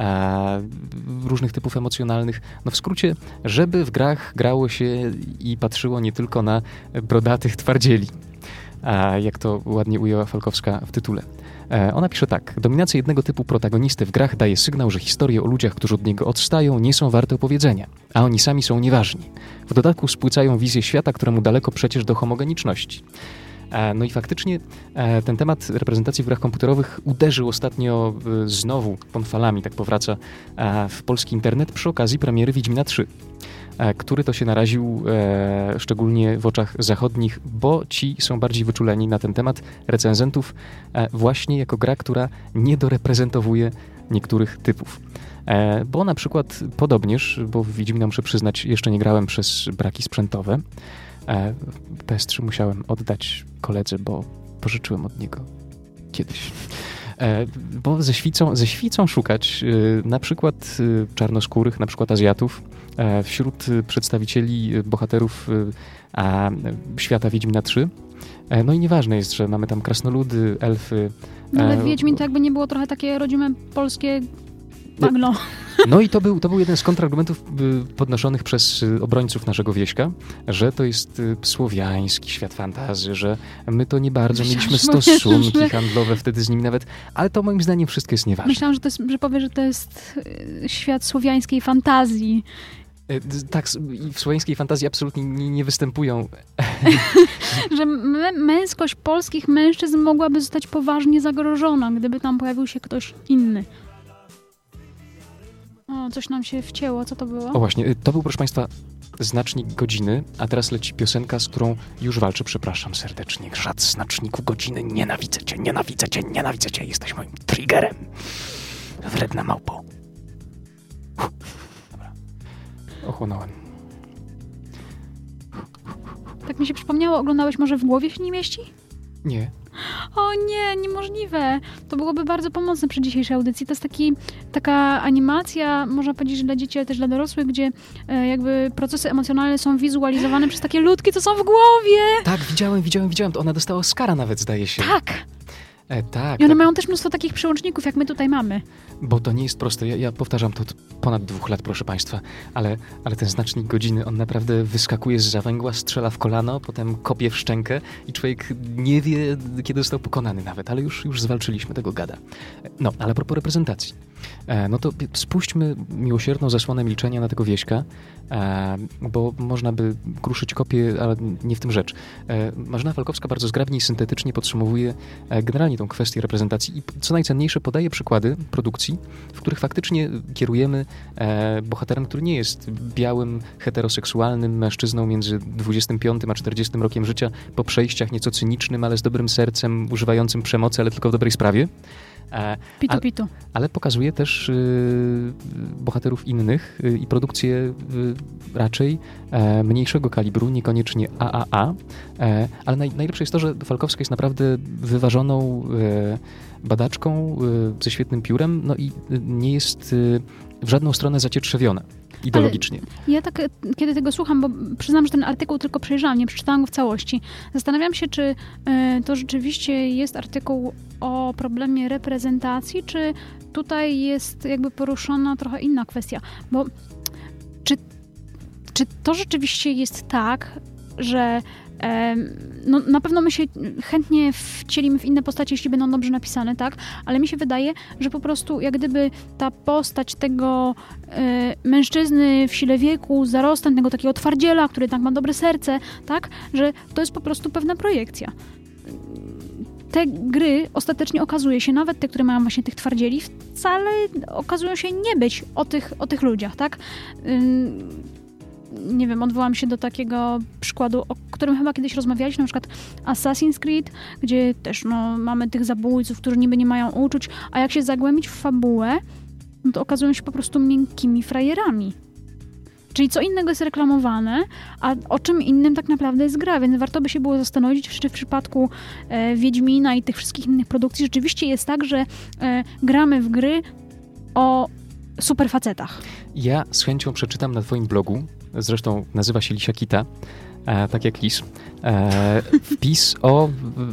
A: różnych typów emocjonalnych. No w skrócie, żeby w grach grało się i patrzyło nie tylko na brodatych twardzieli, jak to ładnie ujęła Falkowska w tytule. Ona pisze tak. Dominacja jednego typu protagonisty w grach daje sygnał, że historie o ludziach, którzy od niego odstają, nie są warte opowiedzenia, a oni sami są nieważni. W dodatku spłycają wizję świata, któremu daleko przecież do homogeniczności. No i faktycznie ten temat reprezentacji w grach komputerowych uderzył ostatnio znowu pod falami, tak powraca w polski internet przy okazji premiery Wiedźmina 3. Który to się naraził szczególnie w oczach zachodnich, bo ci są bardziej wyczuleni na ten temat recenzentów właśnie jako gra, która nie doreprezentowuje niektórych typów. Bo na przykład podobnież, bo w Wiedźmina muszę przyznać, jeszcze nie grałem przez braki sprzętowe. PS3 musiałem oddać koledze, bo pożyczyłem od niego kiedyś. Bo ze świcą szukać na przykład czarnoskórych, na przykład Azjatów, wśród przedstawicieli bohaterów świata Wiedźmina 3. No i nieważne jest, że mamy tam krasnoludy, elfy.
B: No ale Wiedźmin to jakby nie było trochę takie rodzime polskie bagno.
A: No i to był jeden z kontrargumentów podnoszonych przez obrońców naszego wieśka, że to jest słowiański świat fantasy, że my to nie bardzo mieliśmy stosunki handlowe wtedy z nimi nawet, ale to moim zdaniem wszystko jest nieważne.
B: Myślałam, że powie, że to jest świat słowiańskiej fantazji.
A: Tak, w słowiańskiej fantazji absolutnie nie występują.
B: Że męskość polskich mężczyzn mogłaby zostać poważnie zagrożona, gdyby tam pojawił się ktoś inny. O, coś nam się wcięło. Co to było?
A: O właśnie, to był, proszę Państwa, znacznik godziny, a teraz leci piosenka, z którą już walczę. Przepraszam serdecznie. Żad znaczniku godziny. Nienawidzę cię, nienawidzę cię, nienawidzę cię. Jesteś moim triggerem. Wredna małpo. Dobra. Ochłonąłem.
B: Tak mi się przypomniało, oglądałeś może W głowie się nie mieści?
A: Nie.
B: O nie, niemożliwe. To byłoby bardzo pomocne przy dzisiejszej audycji. To jest taka animacja, można powiedzieć, że dla dzieci, ale też dla dorosłych, gdzie jakby procesy emocjonalne są wizualizowane przez takie ludki, co są w głowie.
A: Tak, widziałem. To ona dostała Oscara nawet, zdaje się.
B: Tak.
A: Tak.
B: I one mają też mnóstwo takich przełączników, jak my tutaj mamy.
A: Bo to nie jest proste. Ja powtarzam to od ponad 2 lat, proszę Państwa. Ale ten znacznik godziny, on naprawdę wyskakuje z zawęgła, strzela w kolano, potem kopie w szczękę i człowiek nie wie, kiedy został pokonany nawet. Ale już zwalczyliśmy tego gada. No, ale a propos reprezentacji. No to spuśćmy miłosierną zasłonę milczenia na tego Wieśka, bo można by kruszyć kopię, ale nie w tym rzecz. Marzena Falkowska bardzo zgrabnie i syntetycznie podsumowuje generalnie tą kwestię reprezentacji i co najcenniejsze podaje przykłady produkcji, w których faktycznie kierujemy bohaterem, który nie jest białym, heteroseksualnym mężczyzną między 25 a 40 rokiem życia, po przejściach nieco cynicznym, ale z dobrym sercem, używającym przemocy, ale tylko w dobrej sprawie.
B: Pitu.
A: Ale pokazuje też bohaterów innych i produkcje raczej mniejszego kalibru, niekoniecznie AAA, ale najlepsze jest to, że Falkowska jest naprawdę wyważoną badaczką ze świetnym piórem, no i nie jest w żadną stronę zacietrzewiona ideologicznie.
B: Ale ja tak, kiedy tego słucham, bo przyznam, że ten artykuł tylko przejrzałam, nie przeczytałam go w całości. Zastanawiam się, czy to rzeczywiście jest artykuł o problemie reprezentacji, czy tutaj jest jakby poruszona trochę inna kwestia. Bo czy to rzeczywiście jest tak, że no, na pewno my się chętnie wcielimy w inne postacie, jeśli będą dobrze napisane, tak? Ale mi się wydaje, że po prostu jak gdyby ta postać tego mężczyzny w sile wieku, zarostem, tego takiego twardziela, który tak ma dobre serce, tak? Że to jest po prostu pewna projekcja. Te gry ostatecznie okazuje się, nawet te, które mają właśnie tych twardzieli, wcale okazują się nie być o tych ludziach, tak? Nie wiem, odwołam się do takiego przykładu, o którym chyba kiedyś rozmawialiśmy, na przykład Assassin's Creed, gdzie też mamy tych zabójców, którzy niby nie mają uczuć, a jak się zagłębić w fabułę, no to okazują się po prostu miękkimi frajerami. Czyli co innego jest reklamowane, a o czym innym tak naprawdę jest gra, więc warto by się było zastanowić, czy w przypadku Wiedźmina i tych wszystkich innych produkcji rzeczywiście jest tak, że gramy w gry o super facetach.
A: Ja z chęcią przeczytam na twoim blogu, zresztą nazywa się Lisiakita, tak jak lis, wpis o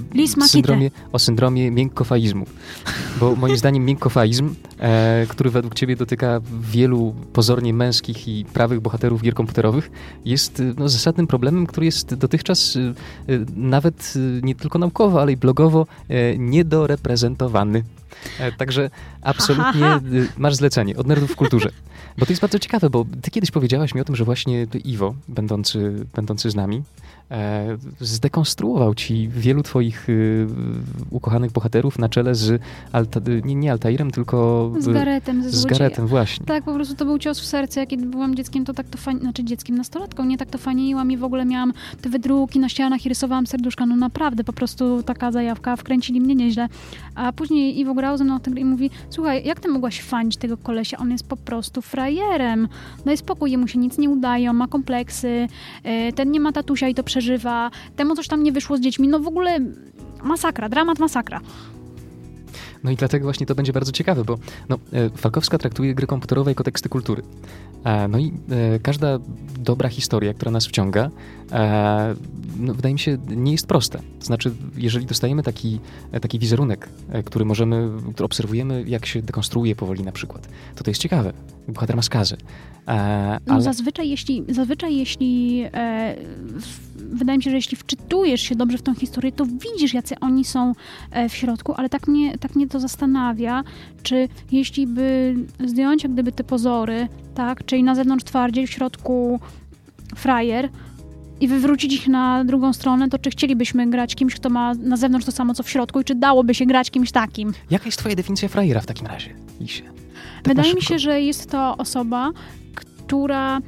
A: syndromie miękkofaizmu. Bo moim zdaniem miękkofaizm, który według ciebie dotyka wielu pozornie męskich i prawych bohaterów gier komputerowych, jest zasadnym problemem, który jest dotychczas nawet nie tylko naukowo, ale i blogowo niedoreprezentowany. Także absolutnie masz zlecenie od nerdów w kulturze. Bo to jest bardzo ciekawe, bo ty kiedyś powiedziałaś mi o tym, że właśnie Iwo, będący z nami, zdekonstruował ci wielu twoich ukochanych bohaterów na czele z nie Altairem, tylko
B: z Garetem,
A: z Garetem, właśnie.
B: Tak, po prostu to był cios w serce. Ja kiedy byłam dzieckiem, to tak to fajnie, znaczy dzieckiem, nastolatką, nie tak to faniłam i w ogóle miałam te wydruki na ścianach i rysowałam serduszka. No naprawdę, po prostu taka zajawka, wkręcili mnie nieźle. A później Iwo grał ze mną w tę grę i mówi, słuchaj, jak ty mogłaś fanić tego kolesia? On jest po prostu frajerem. Daj spokój, jemu się nic nie udaje, ma kompleksy, ten nie ma tatusia i to przeżywa, temu coś tam nie wyszło z dziećmi. No w ogóle masakra, dramat masakra.
A: No i dlatego właśnie to będzie bardzo ciekawe, bo Falkowska traktuje gry komputerowe jako teksty kultury. No i każda dobra historia, która nas wciąga, wydaje mi się, nie jest prosta. To znaczy, jeżeli dostajemy taki wizerunek, który obserwujemy, jak się dekonstruuje powoli na przykład, to jest ciekawe. Bohater ma skazę.
B: No zazwyczaj jeśli wydaje mi się, że jeśli wczytujesz się dobrze w tą historię, to widzisz, jacy oni są w środku, ale tak mnie to zastanawia, czy jeśli by zdjąć jak gdyby te pozory, tak, czyli na zewnątrz twardziel, w środku frajer i wywrócić ich na drugą stronę, to czy chcielibyśmy grać kimś, kto ma na zewnątrz to samo, co w środku i czy dałoby się grać kimś takim?
A: Jaka jest twoja definicja frajera w takim razie, Lisie? Tak
B: wydaje mi się, że jest to osoba, która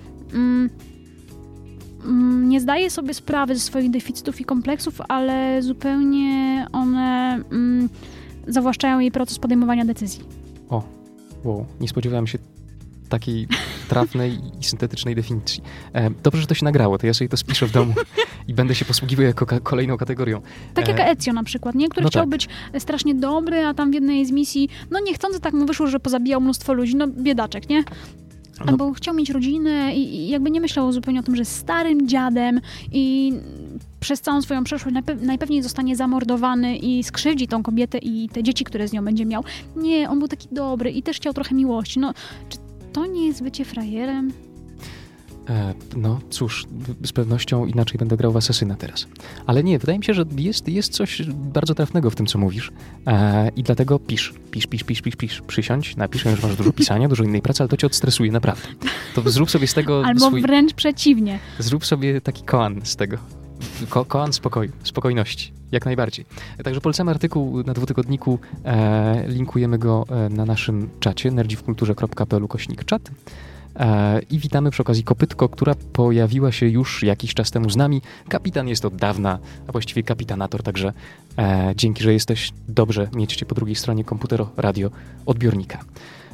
B: nie zdaje sobie sprawy ze swoich deficytów i kompleksów, ale zupełnie one zawłaszczają jej proces podejmowania decyzji.
A: Wow, nie spodziewałem się takiej trafnej i syntetycznej definicji. Dobrze, że to się nagrało, to ja sobie to spiszę w domu i będę się posługiwał jako kolejną kategorią.
B: Tak jak Ezio na przykład, nie? Który chciał być strasznie dobry, a tam w jednej z misji, niechcący tak mu wyszło, że pozabijał mnóstwo ludzi, biedaczek, nie? Albo chciał mieć rodzinę i jakby nie myślał zupełnie o tym, że jest starym dziadem i przez całą swoją przeszłość najpewniej zostanie zamordowany i skrzywdzi tą kobietę i te dzieci, które z nią będzie miał. Nie, on był taki dobry i też chciał trochę miłości. Czy to nie jest bycie frajerem?
A: No cóż, z pewnością inaczej będę grał w Asasyna teraz. Ale nie, wydaje mi się, że jest coś bardzo trafnego w tym, co mówisz. I dlatego pisz. Przysiądź, napisz, już masz dużo pisania, dużo innej pracy, ale to cię odstresuje, naprawdę. To zrób sobie z tego
B: Albo wręcz przeciwnie.
A: Zrób sobie taki koan z tego. Koan spokoju, spokojności, jak najbardziej. Także polecamy artykuł na dwutygodniku, linkujemy go na naszym czacie nerdziwkulturze.pl/czat. I witamy przy okazji Kopytko, która pojawiła się już jakiś czas temu z nami. Kapitan jest od dawna, a właściwie kapitanator, także dzięki, że jesteś. Dobrze mieć cię po drugiej stronie komputero-radio odbiornika.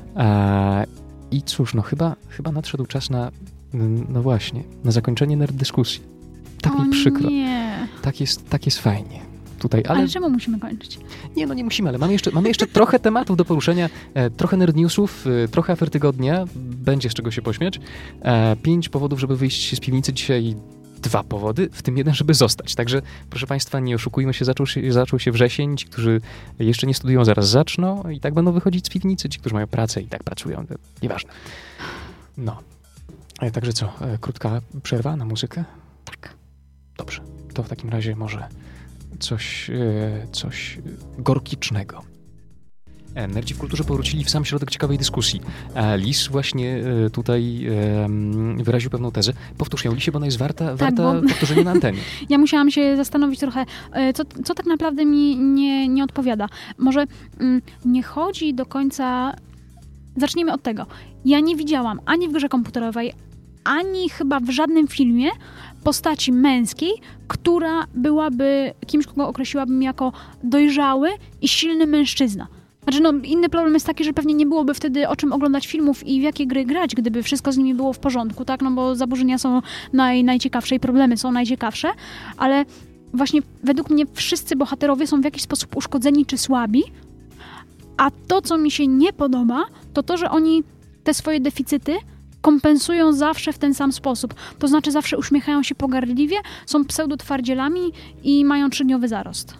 A: I cóż, no chyba nadszedł czas na, no właśnie, na zakończenie nerd dyskusji. Tak mi przykro.
B: Nie.
A: Tak jest fajnie. Tutaj,
B: ale czemu musimy kończyć?
A: Nie musimy, ale mamy jeszcze trochę tematów do poruszenia, trochę nerd newsów, trochę afer tygodnia, będzie z czego się pośmiać. 5 powodów, żeby wyjść z piwnicy dzisiaj, 2 powody, w tym 1, żeby zostać. Także, proszę Państwa, nie oszukujmy się, zaczął się wrzesień, ci, którzy jeszcze nie studiują, zaraz zaczną i tak będą wychodzić z piwnicy, ci, którzy mają pracę i tak pracują, nieważne. No. Także co, krótka przerwa na muzykę?
B: Tak.
A: Dobrze, to w takim razie może coś gorkicznego. Nerdzi w kulturze powrócili w sam środek ciekawej dyskusji. Lis właśnie tutaj wyraził pewną tezę. Powtórz ją, Lisie, bo ona jest warta powtórzenia na antenie.
B: Ja musiałam się zastanowić trochę, co tak naprawdę mi nie odpowiada. Może nie chodzi do końca... Zacznijmy od tego. Ja nie widziałam ani w grze komputerowej, ani chyba w żadnym filmie postaci męskiej, która byłaby kimś, kogo określiłabym jako dojrzały i silny mężczyzna. Znaczy, inny problem jest taki, że pewnie nie byłoby wtedy o czym oglądać filmów i w jakie gry grać, gdyby wszystko z nimi było w porządku, tak? No bo zaburzenia są najciekawsze i problemy są najciekawsze, ale właśnie według mnie wszyscy bohaterowie są w jakiś sposób uszkodzeni czy słabi, a to, co mi się nie podoba, to, że oni te swoje deficyty kompensują zawsze w ten sam sposób. To znaczy zawsze uśmiechają się pogardliwie, są pseudotwardzielami i mają 3-dniowy zarost.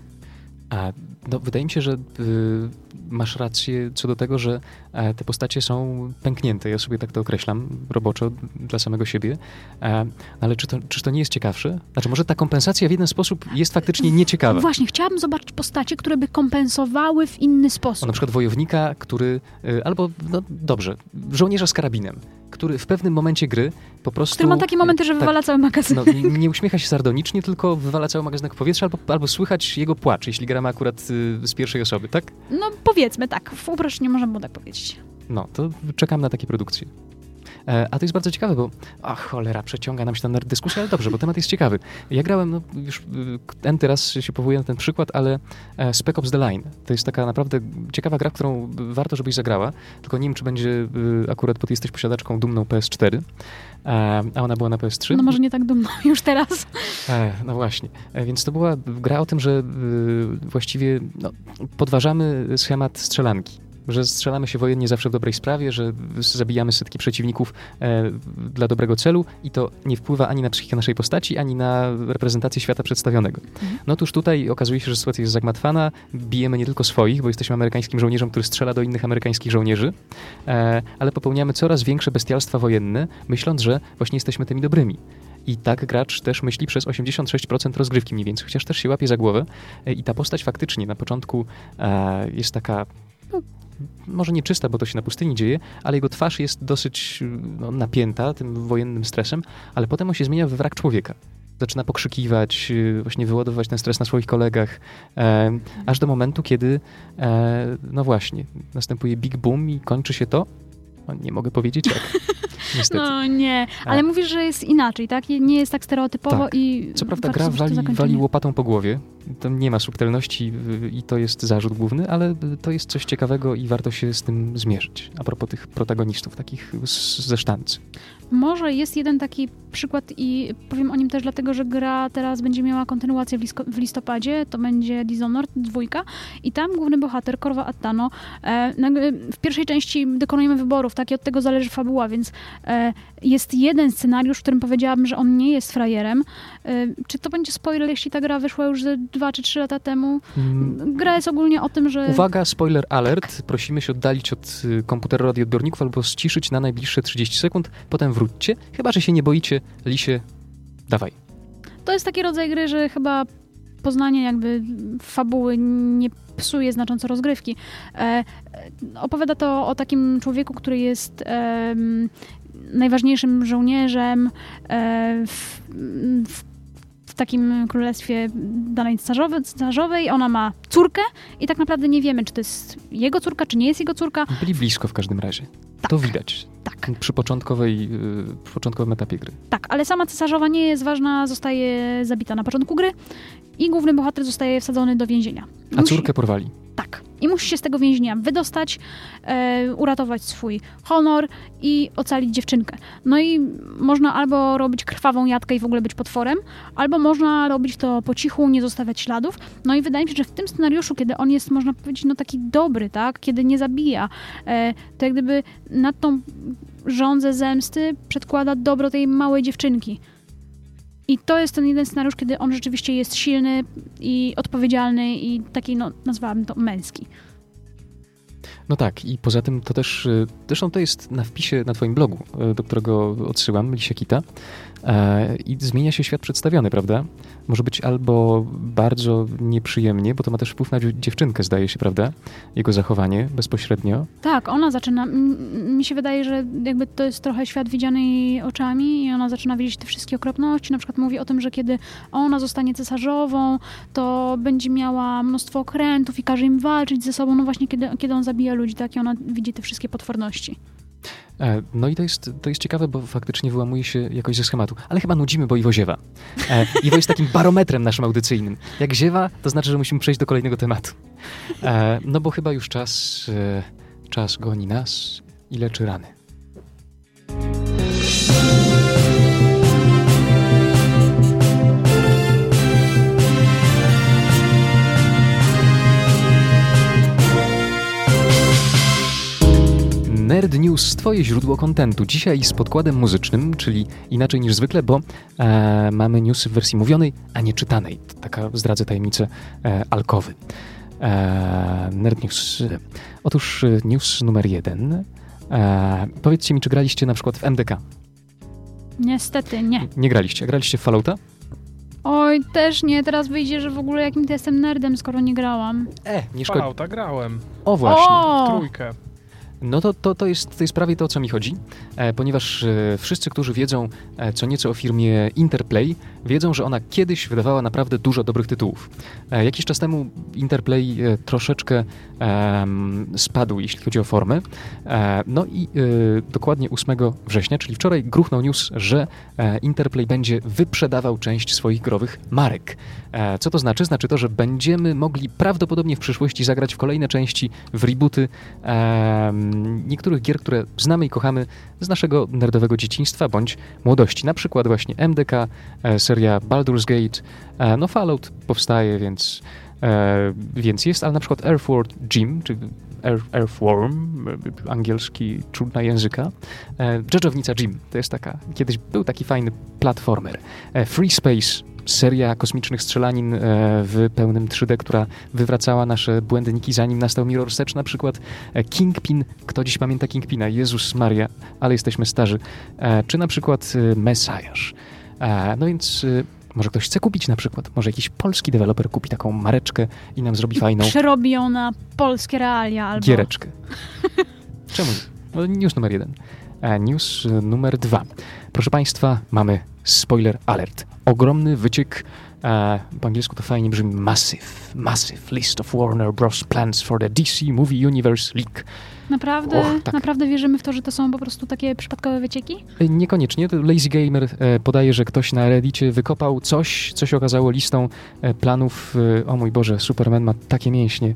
A: Wydaje mi się, że masz rację co do tego, że te postacie są pęknięte. Ja sobie tak to określam roboczo dla samego siebie. Ale czyż to nie jest ciekawsze? Znaczy, może ta kompensacja w jeden sposób jest faktycznie nieciekawa.
B: Właśnie, chciałabym zobaczyć postacie, które by kompensowały w inny sposób.
A: Na przykład wojownika, który, albo, dobrze, żołnierza z karabinem, który w pewnym momencie gry po prostu...
B: Który ma takie momenty, że wywala cały magazyn.
A: Nie uśmiecha się sardonicznie, tylko wywala cały magazynek powietrza, albo słychać jego płacz, jeśli gramy akurat z pierwszej osoby, tak?
B: No powiedzmy tak, w uproszczeniu możemy mu tak powiedzieć.
A: No, to czekam na takie produkcje. A to jest bardzo ciekawe, bo cholera, przeciąga nam się ta dyskusja, ale dobrze, bo temat jest ciekawy. Ja grałem, już enty raz się powołuję na ten przykład, ale Spec Ops The Line. To jest taka naprawdę ciekawa gra, którą warto, żebyś zagrała, tylko nie wiem, czy będzie akurat, bo ty jesteś posiadaczką dumną PS4, a ona była na PS3.
B: No może nie tak dumną już teraz.
A: No właśnie. Więc to była gra o tym, że właściwie podważamy schemat strzelanki. Że strzelamy się wojennie zawsze w dobrej sprawie, że zabijamy setki przeciwników dla dobrego celu i to nie wpływa ani na psychikę naszej postaci, ani na reprezentację świata przedstawionego. No otóż tutaj okazuje się, że sytuacja jest zagmatwana, bijemy nie tylko swoich, bo jesteśmy amerykańskim żołnierzem, który strzela do innych amerykańskich żołnierzy, ale popełniamy coraz większe bestialstwa wojenne, myśląc, że właśnie jesteśmy tymi dobrymi. I tak gracz też myśli przez 86% rozgrywki mniej więcej, chociaż też się łapie za głowę i ta postać faktycznie na początku jest taka może nie czysta, bo to się na pustyni dzieje, ale jego twarz jest dosyć napięta tym wojennym stresem, ale potem on się zmienia w wrak człowieka. Zaczyna pokrzykiwać, właśnie wyładowywać ten stres na swoich kolegach, aż do momentu, kiedy no właśnie, następuje big boom i kończy się to. Nie mogę powiedzieć jak. Niestety.
B: No nie, ale mówisz, że jest inaczej, tak? Nie jest tak stereotypowo
A: tak.
B: I...
A: Co prawda gra wali łopatą po głowie, tam nie ma subtelności i to jest zarzut główny, ale to jest coś ciekawego i warto się z tym zmierzyć. A propos tych protagonistów, takich ze sztancy.
B: Może jest jeden taki przykład i powiem o nim też dlatego, że gra teraz będzie miała kontynuację w listopadzie, to będzie Dishonored 2 i tam główny bohater, Corvo Attano, w pierwszej części dokonujemy wyborów, tak? I od tego zależy fabuła, więc jest jeden scenariusz, w którym powiedziałabym, że on nie jest frajerem. Czy to będzie spoiler, jeśli ta gra wyszła już 2 czy 3 lata temu. Gra jest ogólnie o tym, że...
A: Uwaga, spoiler alert. Prosimy się oddalić od komputera radioodbiorników albo ściszyć na najbliższe 30 sekund, potem wróćcie. Chyba że się nie boicie, Lisie, dawaj.
B: To jest taki rodzaj gry, że chyba poznanie jakby fabuły nie psuje znacząco rozgrywki. Opowiada to o takim człowieku, który jest najważniejszym żołnierzem w takim królestwie danej carzowej. Ona ma córkę i tak naprawdę nie wiemy, czy to jest jego córka, czy nie jest jego córka.
A: Byli blisko w każdym razie.
B: Tak.
A: To widać.
B: Tak.
A: Przy początkowym etapie gry.
B: Tak, ale sama cesarzowa nie jest ważna, zostaje zabita na początku gry i główny bohater zostaje wsadzony do więzienia.
A: A córkę porwali.
B: Tak. I musi się z tego więzienia wydostać, uratować swój honor i ocalić dziewczynkę. No i można albo robić krwawą jatkę i w ogóle być potworem, albo można robić to po cichu, nie zostawiać śladów. No i wydaje mi się, że w tym scenariuszu, kiedy on jest, można powiedzieć, no taki dobry, tak, kiedy nie zabija, to jak gdyby nad tą żądzę zemsty przedkłada dobro tej małej dziewczynki. I to jest ten jeden scenariusz, kiedy on rzeczywiście jest silny i odpowiedzialny i taki, no, nazwałabym to męski.
A: No tak, i poza tym to też, zresztą to jest na wpisie na twoim blogu, do którego odsyłam, Lisia Kita, i zmienia się świat przedstawiony, prawda? Może być albo bardzo nieprzyjemnie, bo to ma też wpływ na dziewczynkę, zdaje się, prawda? Jego zachowanie bezpośrednio.
B: Tak, ona zaczyna, mi się wydaje, że jakby to jest trochę świat widziany jej oczami i ona zaczyna widzieć te wszystkie okropności. Na przykład mówi o tym, że kiedy ona zostanie cesarzową, to będzie miała mnóstwo okrętów i każe im walczyć ze sobą. No właśnie, kiedy on zabija ludzi, tak? I ona widzi te wszystkie potworności.
A: No i to jest ciekawe, bo faktycznie wyłamuje się jakoś ze schematu. Ale chyba nudzimy, bo Iwo ziewa. Iwo jest takim barometrem naszym audycyjnym. Jak ziewa, to znaczy, że musimy przejść do kolejnego tematu. No bo chyba już czas goni nas i leczy rany. Nerd News, twoje źródło kontentu. Dzisiaj z podkładem muzycznym, czyli inaczej niż zwykle, bo mamy newsy w wersji mówionej, a nie czytanej. Taka, zdradzę tajemnicę, alkowy. Nerd News. Otóż news numer 1. Powiedzcie mi, czy graliście na przykład w MDK?
B: Niestety nie.
A: Nie graliście. Graliście w Fallouta?
B: Oj, też nie. Teraz wyjdzie, że w ogóle jakim to jestem nerdem, skoro nie grałam.
A: Nie szkodzi.
C: Fallouta grałem.
A: O właśnie.
B: O!
C: W 3.
A: No to jest prawie to, o co mi chodzi, ponieważ wszyscy, którzy wiedzą co nieco o firmie Interplay, wiedzą, że ona kiedyś wydawała naprawdę dużo dobrych tytułów. Jakiś czas temu Interplay troszeczkę spadł, jeśli chodzi o formę. No i dokładnie 8 września, czyli wczoraj, gruchnął news, że Interplay będzie wyprzedawał część swoich growych marek. Co to znaczy? Znaczy to, że będziemy mogli prawdopodobnie w przyszłości zagrać w kolejne części, w rebooty niektórych gier, które znamy i kochamy z naszego nerdowego dzieciństwa bądź młodości. Na przykład właśnie MDK, seria Baldur's Gate, no Fallout powstaje, więc jest, ale na przykład Earthworm Jim, czy Earthworm, angielski, trudna języka. Dżedżownica Jim, to jest kiedyś był taki fajny platformer. Free Space, seria kosmicznych strzelanin w pełnym 3D, która wywracała nasze błędniki, zanim nastał Mirror's Edge na przykład. Kingpin, kto dziś pamięta Kingpina? Jezus Maria, ale jesteśmy starzy. Czy na przykład Messiah. No więc może ktoś chce kupić na przykład, może jakiś polski deweloper kupi taką mareczkę i nam zrobi fajną...
B: Przerobi ją na polskie realia albo...
A: Giereczkę. Czemu? No, news numer 1. News numer 2. Proszę Państwa, mamy spoiler alert. Ogromny wyciek, po angielsku to fajnie brzmi massive list of Warner Bros. Plans for the DC Movie Universe Leak.
B: Naprawdę?
A: Tak.
B: Naprawdę wierzymy w to, że to są po prostu takie przypadkowe wycieki?
A: Niekoniecznie. Lazy Gamer podaje, że ktoś na Reddicie wykopał coś, co się okazało listą planów. O mój Boże, Superman ma takie mięśnie.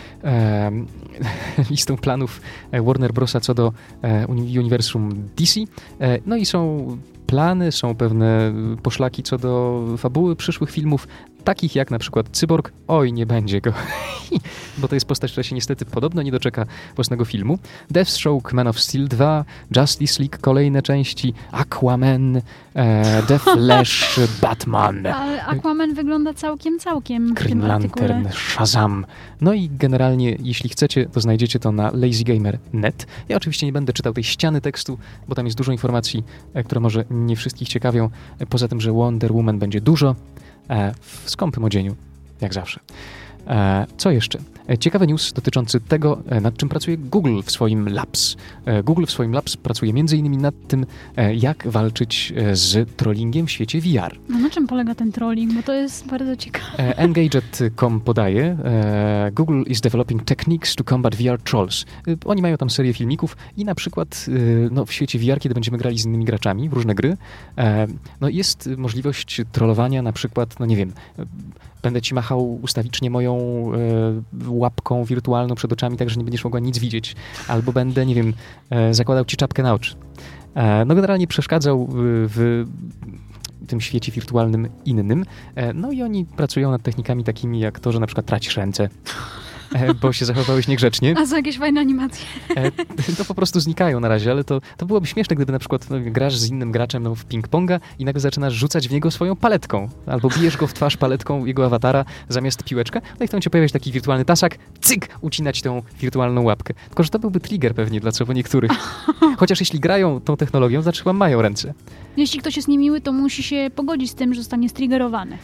A: Listą planów Warner Brosa co do uniwersum DC. No i są plany, są pewne poszlaki co do fabuły przyszłych filmów, takich jak na przykład Cyborg. Oj, nie będzie go. bo to jest postać, która się niestety podobno nie doczeka własnego filmu. Deathstroke, Man of Steel 2, Justice League, kolejne części, Aquaman, The Flash, Batman.
B: Ale Aquaman wygląda całkiem
A: Green Lantern, Shazam. No i generalnie, jeśli chcecie, to znajdziecie to na lazygamer.net. Ja oczywiście nie będę czytał tej ściany tekstu, bo tam jest dużo informacji, które może nie wszystkich ciekawią. Poza tym, że Wonder Woman będzie dużo w skąpym odzieniu, jak zawsze. Co jeszcze? Ciekawy news dotyczący tego, nad czym pracuje Google w swoim Labs. Google w swoim Labs pracuje m.in. nad tym, jak walczyć z trollingiem w świecie VR.
B: No na czym polega ten trolling? Bo to jest bardzo ciekawe.
A: Engadget.com podaje, Google is developing techniques to combat VR trolls. Oni mają tam serię filmików i na przykład w świecie VR, kiedy będziemy grali z innymi graczami w różne gry, jest możliwość trollowania na przykład, nie wiem, będę ci machał ustawicznie moją łapką wirtualną przed oczami, tak że nie będziesz mogła nic widzieć. Albo będę, nie wiem, zakładał ci czapkę na oczy. Generalnie przeszkadzał w tym świecie wirtualnym innym. I oni pracują nad technikami takimi jak to, że na przykład tracisz ręce, bo się zachowałeś niegrzecznie.
B: A są jakieś fajne animacje?
A: To po prostu znikają na razie, ale to byłoby śmieszne, gdyby na przykład grasz z innym graczem w ping-ponga i nagle zaczynasz rzucać w niego swoją paletką, albo bijesz go w twarz paletką jego awatara zamiast piłeczka, i w tym momencie pojawia się taki wirtualny tasak, cyk, ucinać tą wirtualną łapkę. Tylko że to byłby trigger pewnie dla co niektórych. Chociaż jeśli grają tą technologią, znaczy chyba mają ręce.
B: Jeśli ktoś jest niemiły, to musi się pogodzić z tym, że zostanie striggerowany.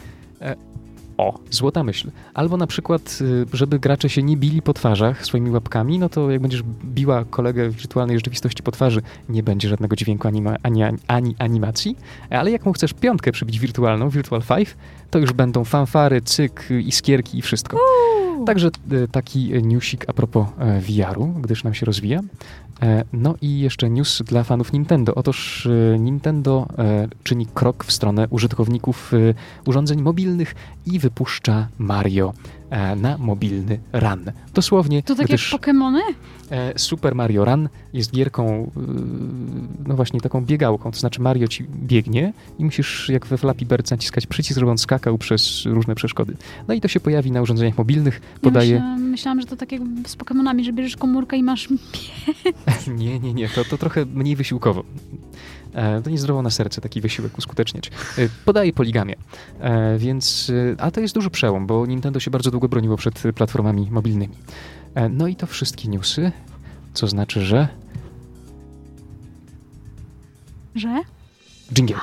A: Złota myśl. Albo na przykład, żeby gracze się nie bili po twarzach swoimi łapkami, to jak będziesz biła kolegę w wirtualnej rzeczywistości po twarzy, nie będzie żadnego dźwięku ani animacji, ale jak mu chcesz piątkę przybić wirtualną, Virtual 5, to już będą fanfary, cyk, iskierki i wszystko. Także taki newsik a propos VR-u, gdyż nam się rozwija. I jeszcze news dla fanów Nintendo. Otóż Nintendo czyni krok w stronę użytkowników urządzeń mobilnych i wypuszcza Mario na mobilny run. Dosłownie.
B: To tak jak Pokemony?
A: Super Mario Run jest gierką, właśnie taką biegałką. To znaczy Mario ci biegnie i musisz jak we Flappy Bird naciskać przycisk, żeby on skakał przez różne przeszkody. I to się pojawi na urządzeniach mobilnych.
B: Myślałam, że to tak jak z Pokemonami, że bierzesz komórkę i masz
A: Nie. To trochę mniej wysiłkowo. To niezdrowo na serce taki wysiłek uskuteczniać. Podaje poligamię. A to jest duży przełom, bo Nintendo się bardzo długo broniło przed platformami mobilnymi. I to wszystkie newsy, co znaczy, że...
B: Że?
A: Dżingiel.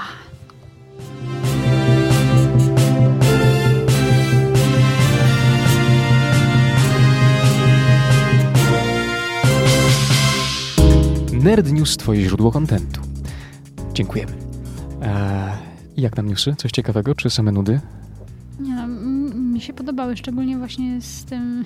A: Nerd News, twoje źródło kontentu. Dziękujemy. Jak tam newsy? Coś ciekawego, czy same nudy?
B: Nie, mi się podobały, szczególnie właśnie z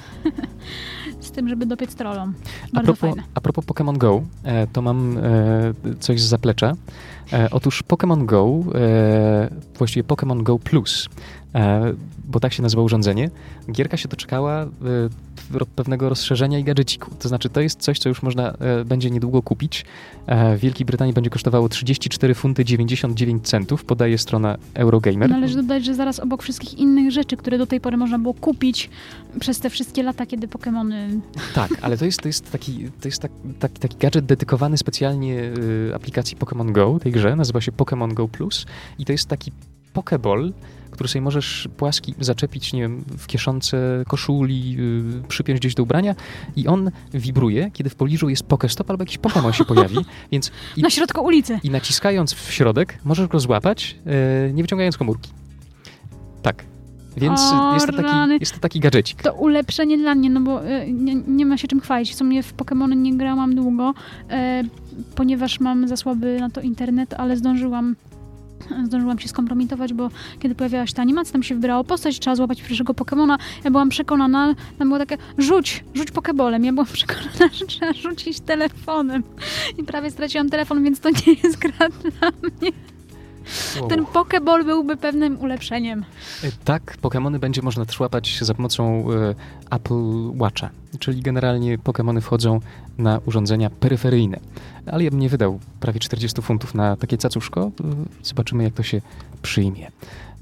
B: tym, żeby dopiec trollom. Bardzo fajne.
A: A propos Pokémon Go, to mam coś z zaplecza. Otóż Pokémon Go, właściwie Pokémon Go Plus, bo tak się nazywa urządzenie, gierka się doczekała pewnego rozszerzenia i gadżeciku. To znaczy, to jest coś, co już można będzie niedługo kupić. W Wielkiej Brytanii będzie kosztowało 34 funty 99 centów, podaje strona Eurogamer.
B: Należy dodać, że zaraz obok wszystkich innych rzeczy, które do tej pory można było kupić przez te wszystkie lata, kiedy Pokemony...
A: Tak, ale to jest taki gadżet dedykowany specjalnie aplikacji Pokémon Go, tej grze, nazywa się Pokémon Go Plus i to jest taki Pokeball, który sobie możesz płaski zaczepić, nie wiem, w kieszonce koszuli, przypiąć gdzieś do ubrania i on wibruje, kiedy w pobliżu jest Pokestop albo jakiś Pokémon się pojawi. Więc
B: na środku ulicy.
A: I naciskając w środek możesz go złapać, nie wyciągając komórki. Tak. Więc jest to taki gadżecik.
B: To ulepszenie dla mnie, bo nie ma się czym chwalić. W sumie w Pokémony nie grałam długo, ponieważ mam za słaby na to internet, ale zdążyłam się skompromitować, bo kiedy pojawiała się ta animacja, tam się wybrało postać, trzeba złapać pierwszego Pokemona. Ja byłam przekonana, tam było takie, rzuć Pokebolem. Ja byłam przekonana, że trzeba rzucić telefonem. I prawie straciłam telefon, więc to nie jest gra dla mnie. Wow. Ten Pokeball byłby pewnym ulepszeniem.
A: Tak, Pokemony będzie można też łapać za pomocą Apple Watcha, czyli generalnie Pokemony wchodzą na urządzenia peryferyjne. Ale ja bym nie wydał prawie 40 funtów na takie cacuszko. Zobaczymy, jak to się przyjmie.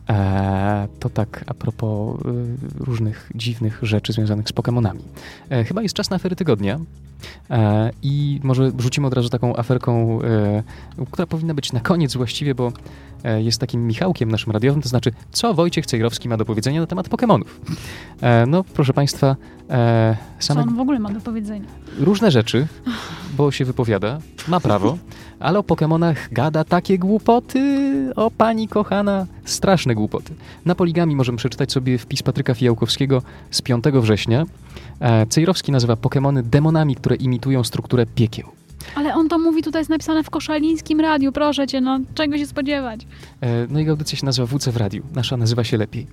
A: To tak a propos różnych dziwnych rzeczy związanych z Pokemonami. Chyba jest czas na afery tygodnia i może rzucimy od razu taką aferką, która powinna być na koniec właściwie, bo jest takim Michałkiem naszym radiowym, to znaczy, co Wojciech Cejrowski ma do powiedzenia na temat Pokemonów. No, proszę Państwa,
B: Co on w ogóle ma do powiedzenia?
A: różne rzeczy, bo się wypowiada, ma prawo, ale o Pokemonach gada takie głupoty, o pani kochana, straszne głupoty. Na Poligami możemy przeczytać sobie wpis Patryka Fijałkowskiego z 5 września. Cejrowski nazywa Pokemony demonami, które imitują strukturę piekieł.
B: Ale on to mówi, tutaj jest napisane w Koszalińskim Radiu, proszę cię, no czego się spodziewać?
A: No jego audycja się nazywa WC w Radiu, nasza nazywa się lepiej.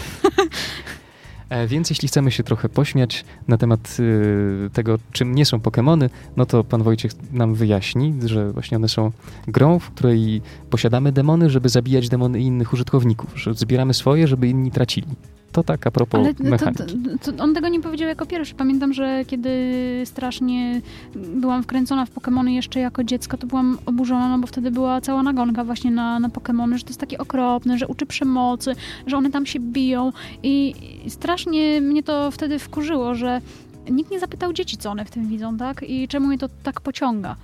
A: Więc jeśli chcemy się trochę pośmiać na temat tego, czym nie są Pokemony, no to pan Wojciech nam wyjaśni, że właśnie one są grą, w której posiadamy demony, żeby zabijać demony innych użytkowników, że zbieramy swoje, żeby inni tracili. To tak a propos mechaniki.
B: To on tego nie powiedział jako pierwszy. Pamiętam, że kiedy strasznie byłam wkręcona w Pokemony jeszcze jako dziecko, to byłam oburzona, no bo wtedy była cała nagonka właśnie na Pokemony, że to jest takie okropne, że uczy przemocy, że one tam się biją i strasznie mnie to wtedy wkurzyło, że nikt nie zapytał dzieci, co one w tym widzą, tak? I czemu je to tak pociąga.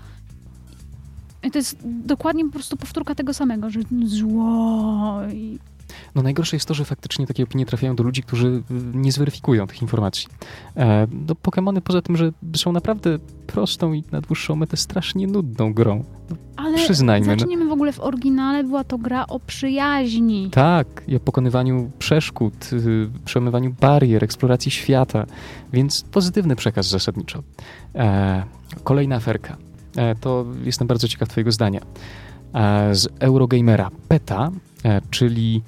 B: I to jest dokładnie po prostu powtórka tego samego, że zło i...
A: No najgorsze jest to, że faktycznie takie opinie trafiają do ludzi, którzy nie zweryfikują tych informacji. No Pokemony poza tym, że są naprawdę prostą i na dłuższą metę strasznie nudną grą. No,
B: ale
A: przyznajmy.
B: Zacznijmy w ogóle w oryginale, była to gra o przyjaźni.
A: Tak, i o pokonywaniu przeszkód, przełamywaniu barier, eksploracji świata, więc pozytywny przekaz zasadniczo. Kolejna aferka. To jestem bardzo ciekaw twojego zdania. Z Eurogamera. PETA, czyli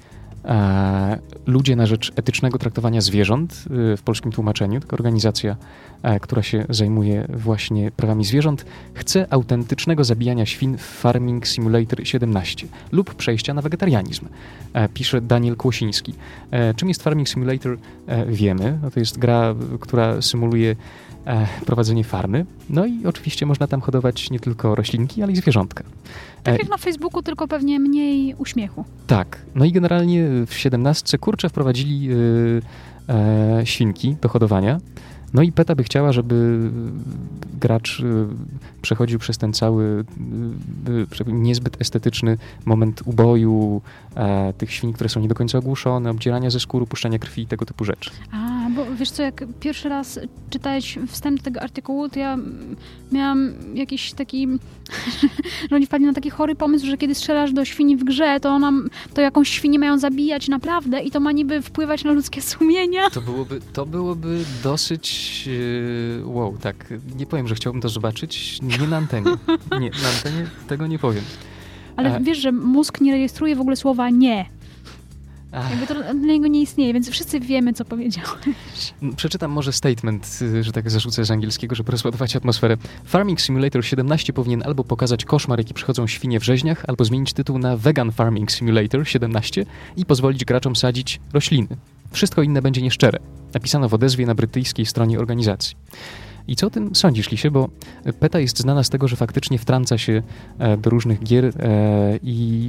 A: Ludzie na rzecz etycznego traktowania zwierząt w polskim tłumaczeniu, taka organizacja, która się zajmuje właśnie prawami zwierząt, chce autentycznego zabijania świn w Farming Simulator 17 lub przejścia na wegetarianizm, pisze Daniel Kłosiński. Czym jest Farming Simulator? Wiemy. No to jest gra, która symuluje prowadzenie farmy. No i oczywiście można tam hodować nie tylko roślinki, ale i zwierzątka.
B: Tak jak na Facebooku, tylko pewnie mniej uśmiechu.
A: Tak. No i generalnie w 17 kurczę wprowadzili świnki do hodowania. No i PETA by chciała, żeby gracz przechodził przez ten cały niezbyt estetyczny moment uboju tych świń, które są nie do końca ogłuszone, obdzierania ze skóry, puszczania krwi i tego typu rzeczy.
B: Bo wiesz co, jak pierwszy raz czytałeś wstęp do tego artykułu, to ja miałam jakiś taki, że oni wpadli na taki chory pomysł, że kiedy strzelasz do świni w grze, to jakąś świnię mają zabijać naprawdę i to ma niby wpływać na ludzkie sumienia.
A: To byłoby dosyć wow, tak. Nie powiem, że chciałbym to zobaczyć. Nie na antenie. Nie, na antenie tego nie powiem.
B: Ale wiesz, że mózg nie rejestruje w ogóle słowa nie. Jakby to dla niego nie istnieje, więc wszyscy wiemy, co powiedziałeś.
A: Przeczytam może statement, że tak zarzucę z angielskiego, żeby rozładować atmosferę. Farming Simulator 17 powinien albo pokazać koszmar, jaki przychodzą świnie w rzeźniach, albo zmienić tytuł na Vegan Farming Simulator 17 i pozwolić graczom sadzić rośliny. Wszystko inne będzie nieszczere. Napisano w odezwie na brytyjskiej stronie organizacji. I co o tym sądzisz, Lisie? Bo PETA jest znana z tego, że faktycznie wtrąca się do różnych gier i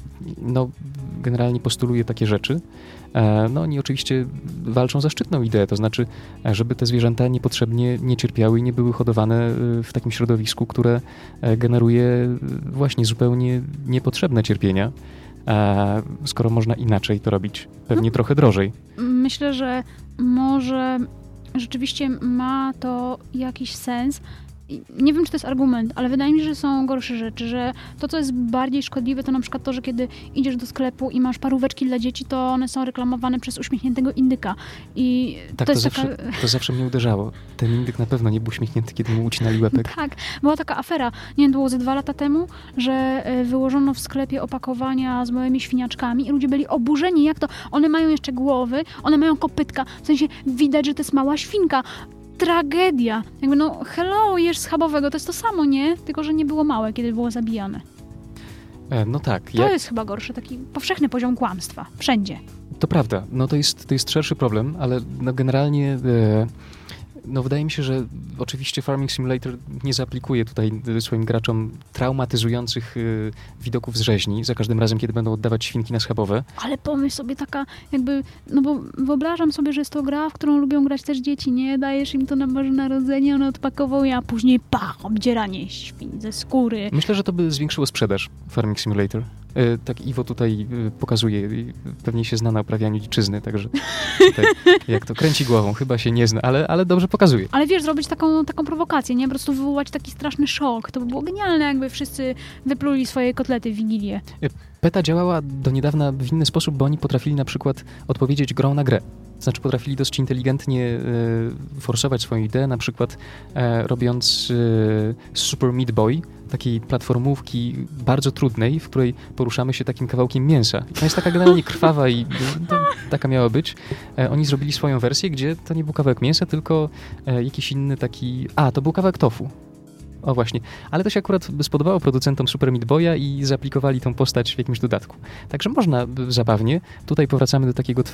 A: generalnie postuluje takie rzeczy. No oni oczywiście walczą za szczytną ideę, to znaczy, żeby te zwierzęta niepotrzebnie nie cierpiały i nie były hodowane w takim środowisku, które generuje właśnie zupełnie niepotrzebne cierpienia. Skoro można inaczej to robić, pewnie trochę drożej.
B: Myślę, że może rzeczywiście ma to jakiś sens. Nie wiem, czy to jest argument, ale wydaje mi się, że są gorsze rzeczy, że to, co jest bardziej szkodliwe, to na przykład to, że kiedy idziesz do sklepu i masz paróweczki dla dzieci, to one są reklamowane przez uśmiechniętego indyka. I
A: tak, to zawsze mnie uderzało. Ten indyk na pewno nie był uśmiechnięty, kiedy mu ucinali łepek.
B: Tak, była taka afera, nie wiem, było ze 2 lata temu, że wyłożono w sklepie opakowania z małymi świniaczkami i ludzie byli oburzeni, jak to, one mają jeszcze głowy, one mają kopytka, w sensie widać, że to jest mała świnka. Tragedia. Jakby hello, jesz schabowego, to jest to samo, nie? Tylko, że nie było małe, kiedy było zabijane.
A: No tak.
B: To jest chyba gorsze, taki powszechny poziom kłamstwa. Wszędzie.
A: To prawda. No to jest szerszy problem, ale generalnie No wydaje mi się, że oczywiście Farming Simulator nie zaaplikuje tutaj swoim graczom traumatyzujących widoków z rzeźni za każdym razem, kiedy będą oddawać świnki na schabowe.
B: Ale pomyśl sobie taka jakby, no bo wyobrażam sobie, że jest to gra, w którą lubią grać też dzieci, nie? Dajesz im to na Boże Narodzenie, one odpakowują, a później obdzieranie świń ze skóry.
A: Myślę, że to by zwiększyło sprzedaż Farming Simulator. Tak Iwo tutaj pokazuje, pewnie się zna na uprawianiu dziczyzny, także tutaj, jak to kręci głową, chyba się nie zna, ale dobrze pokazuje.
B: Ale wiesz, zrobić taką prowokację, nie? Po prostu wywołać taki straszny szok. To by było genialne, jakby wszyscy wypluli swoje kotlety w Wigilię.
A: PETA działała do niedawna w inny sposób, bo oni potrafili na przykład odpowiedzieć grą na grę. Znaczy potrafili dosyć inteligentnie forsować swoją ideę, na przykład robiąc Super Meat Boy, takiej platformówki bardzo trudnej, w której poruszamy się takim kawałkiem mięsa. Ona jest taka generalnie krwawa i taka miała być. Oni zrobili swoją wersję, gdzie to nie był kawałek mięsa, tylko jakiś inny taki... to był kawałek tofu. O właśnie. Ale to się akurat spodobało producentom Super Meat Boya i zaaplikowali tą postać w jakimś dodatku. Także można zabawnie. Tutaj powracamy do takiego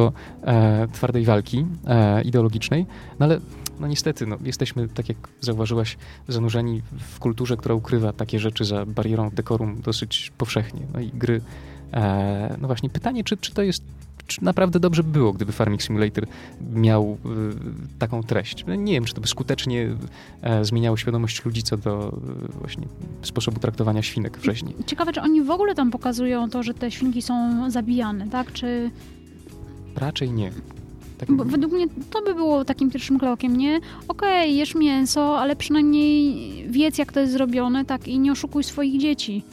A: twardej walki ideologicznej. No ale no niestety, jesteśmy, tak jak zauważyłaś, zanurzeni w kulturze, która ukrywa takie rzeczy za barierą dekorum dosyć powszechnie. No i gry. No właśnie, pytanie, czy to jest... Czy naprawdę dobrze by było, gdyby Farming Simulator miał taką treść? Nie wiem, czy to by skutecznie zmieniało świadomość ludzi co do właśnie sposobu traktowania świnek w rzeźni.
B: Ciekawe, czy oni w ogóle tam pokazują to, że te świnki są zabijane, tak? Czy...
A: Raczej nie. Tak...
B: Bo według mnie to by było takim pierwszym krokiem, nie? Okej, jesz mięso, ale przynajmniej wiedz, jak to jest zrobione, tak? I nie oszukuj swoich dzieci.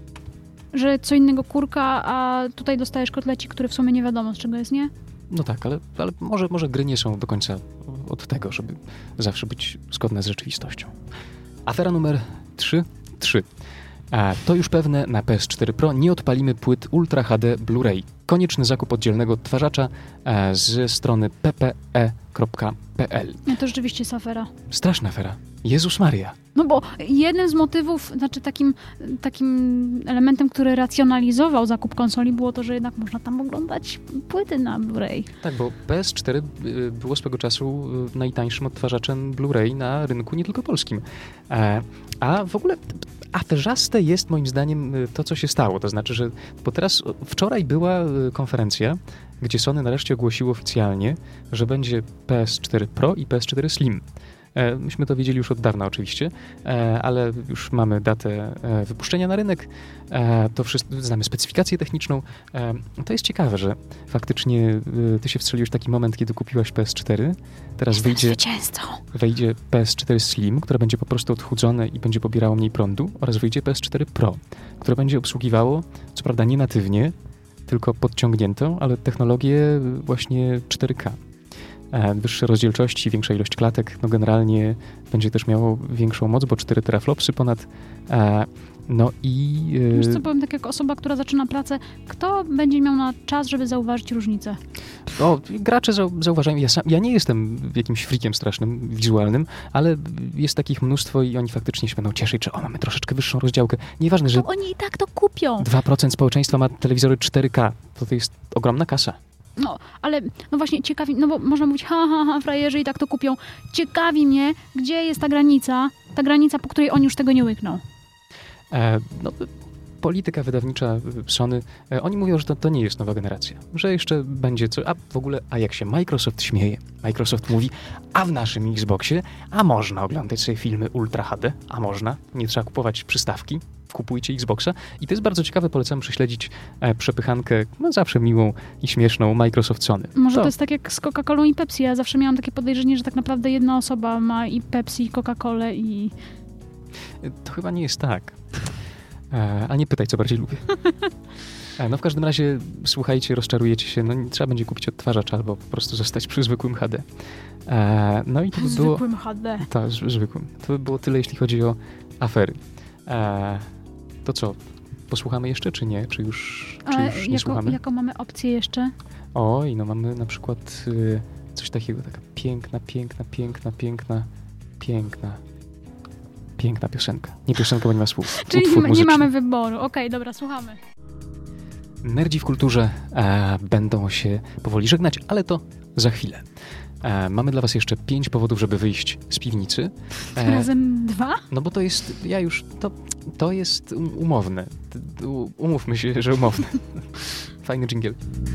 B: Że co innego kurka, a tutaj dostajesz kotlecik, który w sumie nie wiadomo z czego jest, nie?
A: No tak, ale może gry nie są do końca od tego, żeby zawsze być zgodne z rzeczywistością. Afera numer 3. To już pewne, na PS4 Pro nie odpalimy płyt Ultra HD Blu-ray. Konieczny zakup oddzielnego odtwarzacza ze strony ppe.pl.
B: No to rzeczywiście jest afera.
A: Straszna afera. Jezus Maria.
B: No bo jednym z motywów, znaczy takim elementem, który racjonalizował zakup konsoli, było to, że jednak można tam oglądać płyty na Blu-ray.
A: Tak, bo PS4 było swego czasu najtańszym odtwarzaczem Blu-ray na rynku nie tylko polskim. A w ogóle aferzaste jest moim zdaniem to, co się stało. To znaczy, że bo teraz wczoraj była konferencja, gdzie Sony nareszcie ogłosiło oficjalnie, że będzie PS4 Pro i PS4 Slim. Myśmy to wiedzieli już od dawna oczywiście, ale już mamy datę wypuszczenia na rynek, to wszystko, znamy specyfikację techniczną. To jest ciekawe, że faktycznie ty się wstrzeliłeś w taki moment, kiedy kupiłaś PS4. Teraz wejdzie PS4 Slim, które będzie po prostu odchudzone i będzie pobierało mniej prądu, oraz wyjdzie PS4 Pro, które będzie obsługiwało, co prawda nie natywnie, tylko podciągniętą, ale technologię właśnie 4K. Wyższe rozdzielczości, większa ilość klatek, no generalnie będzie też miało większą moc, bo 4 teraflopsy ponad. No i...
B: Wiesz co, powiem tak jak osoba, która zaczyna pracę, kto będzie miał na czas, żeby zauważyć różnicę?
A: Gracze zauważają, ja nie jestem jakimś freakiem strasznym, wizualnym, ale jest takich mnóstwo i oni faktycznie się będą cieszyć, że mamy troszeczkę wyższą rozdziałkę. Nieważne, że...
B: To oni i tak to kupią.
A: 2% społeczeństwa ma telewizory 4K. To jest ogromna kasa.
B: No, ale no właśnie ciekawi, no bo można mówić, frajerzy i tak to kupią. Ciekawi mnie, gdzie jest ta granica, po której oni już tego nie łykną.
A: Polityka wydawnicza Sony, oni mówią, że to nie jest nowa generacja, że jeszcze będzie co, a jak się Microsoft śmieje, Microsoft mówi, a w naszym Xboxie, a można oglądać sobie filmy Ultra HD, a można, nie trzeba kupować przystawki, kupujcie Xboxa i to jest bardzo ciekawe, polecam prześledzić przepychankę, zawsze miłą i śmieszną Microsoft Sony.
B: Może to jest tak jak z Coca-Colą i Pepsi, ja zawsze miałam takie podejrzenie, że tak naprawdę jedna osoba ma i Pepsi, i Coca-Colę i...
A: To chyba nie jest tak. A nie pytaj, co bardziej lubię. No w każdym razie, słuchajcie, rozczarujecie się, no trzeba będzie kupić odtwarzacz albo po prostu zostać przy zwykłym HD. No i to by było...
B: Zwykłym HD.
A: Tak, zwykłym. To by było tyle, jeśli chodzi o afery. To co, posłuchamy jeszcze, czy nie? Czy już nie słuchamy?
B: Jaką mamy opcję jeszcze?
A: Oj, no mamy na przykład coś takiego, taka piękna piosenka. Nie piosenka, bo nie ma słów.
B: Czyli nie mamy wyboru. Okej, dobra, słuchamy.
A: Nerdzi w kulturze będą się powoli żegnać, ale to za chwilę. Mamy dla was jeszcze 5 powodów, żeby wyjść z piwnicy.
B: Razem 2?
A: No bo to jest, to jest umowne. Umówmy się, że umowne. Fajny dżingiel.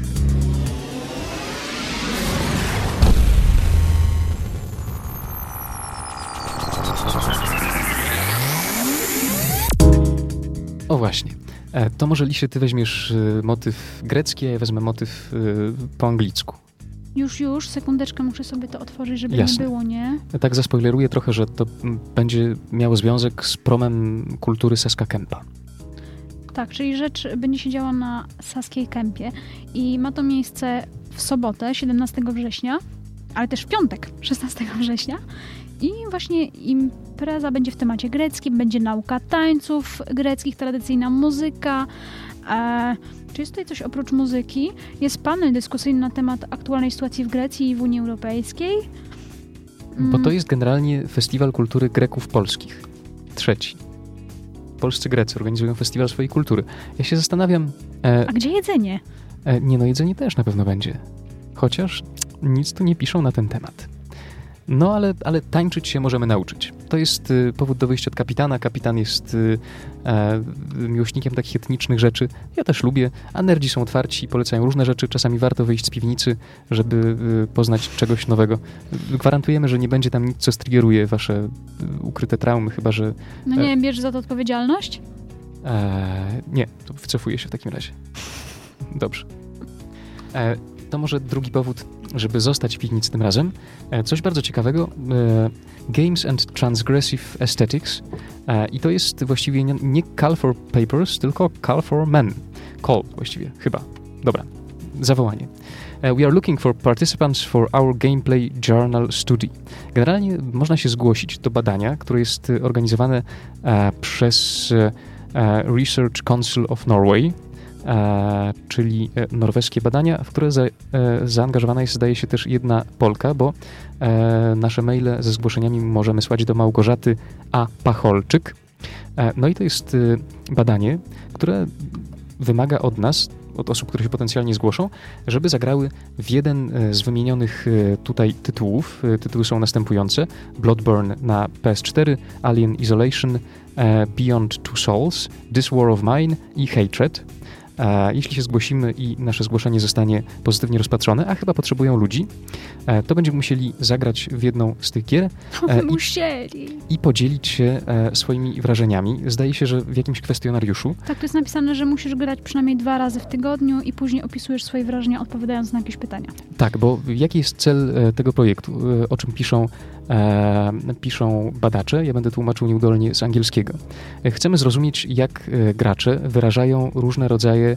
A: O właśnie. To może, Lisie, ty weźmiesz motyw grecki, a ja wezmę motyw po anglicku.
B: Już, sekundeczkę, muszę sobie to otworzyć, żeby
A: Jasne.
B: nie było, nie?
A: Tak zaspoileruję trochę, że to będzie miało związek z promem kultury Saska Kępa.
B: Tak, czyli rzecz będzie się działa na Saskiej Kępie i ma to miejsce w sobotę, 17 września, ale też w piątek, 16 września. I właśnie impreza będzie w temacie greckim, będzie nauka tańców greckich, tradycyjna muzyka. Czy jest tutaj coś oprócz muzyki? Jest panel dyskusyjny na temat aktualnej sytuacji w Grecji i w Unii Europejskiej.
A: Bo to jest generalnie festiwal kultury Greków polskich. 3. Polscy Grecy organizują festiwal swojej kultury. Ja się zastanawiam...
B: A gdzie jedzenie?
A: Jedzenie też na pewno będzie. Chociaż nic tu nie piszą na ten temat. No, ale tańczyć się możemy nauczyć. To jest powód do wyjścia od kapitana. Kapitan jest miłośnikiem takich etnicznych rzeczy. Ja też lubię, a nerdzi są otwarci, polecają różne rzeczy. Czasami warto wyjść z piwnicy, żeby poznać czegoś nowego. Gwarantujemy, że nie będzie tam nic, co striggeruje wasze ukryte traumy, chyba że...
B: No nie, bierzesz za to odpowiedzialność?
A: Nie, to wycofuję się w takim razie. Dobrze. To może drugi powód, żeby zostać w piwnicy tym razem. Coś bardzo ciekawego. Games and Transgressive Aesthetics. I to jest właściwie nie Call for Papers, tylko Call for Men. Call właściwie, chyba. Dobra, zawołanie. We are looking for participants for our gameplay journal study. Generalnie można się zgłosić do badania, które jest organizowane przez Research Council of Norway, czyli norweskie badania, w które zaangażowana jest, zdaje się, też jedna Polka, bo nasze maile ze zgłoszeniami możemy słać do Małgorzaty A. Pacholczyk. No i to jest badanie, które wymaga od nas, od osób, które się potencjalnie zgłoszą, żeby zagrały w jeden z wymienionych tutaj tytułów. Tytuły są następujące: Bloodborne na PS4, Alien Isolation, Beyond Two Souls, This War of Mine i Hatred. Jeśli się zgłosimy i nasze zgłoszenie zostanie pozytywnie rozpatrzone, a chyba potrzebują ludzi, to będziemy musieli zagrać w jedną z tych gier i podzielić się swoimi wrażeniami. Zdaje się, że w jakimś kwestionariuszu.
B: Tak, to jest napisane, że musisz grać przynajmniej 2 razy w tygodniu i później opisujesz swoje wrażenia, odpowiadając na jakieś pytania.
A: Tak, bo jaki jest cel tego projektu? O czym piszą badacze? Ja będę tłumaczył nieudolnie z angielskiego. Chcemy zrozumieć, jak gracze wyrażają różne rodzaje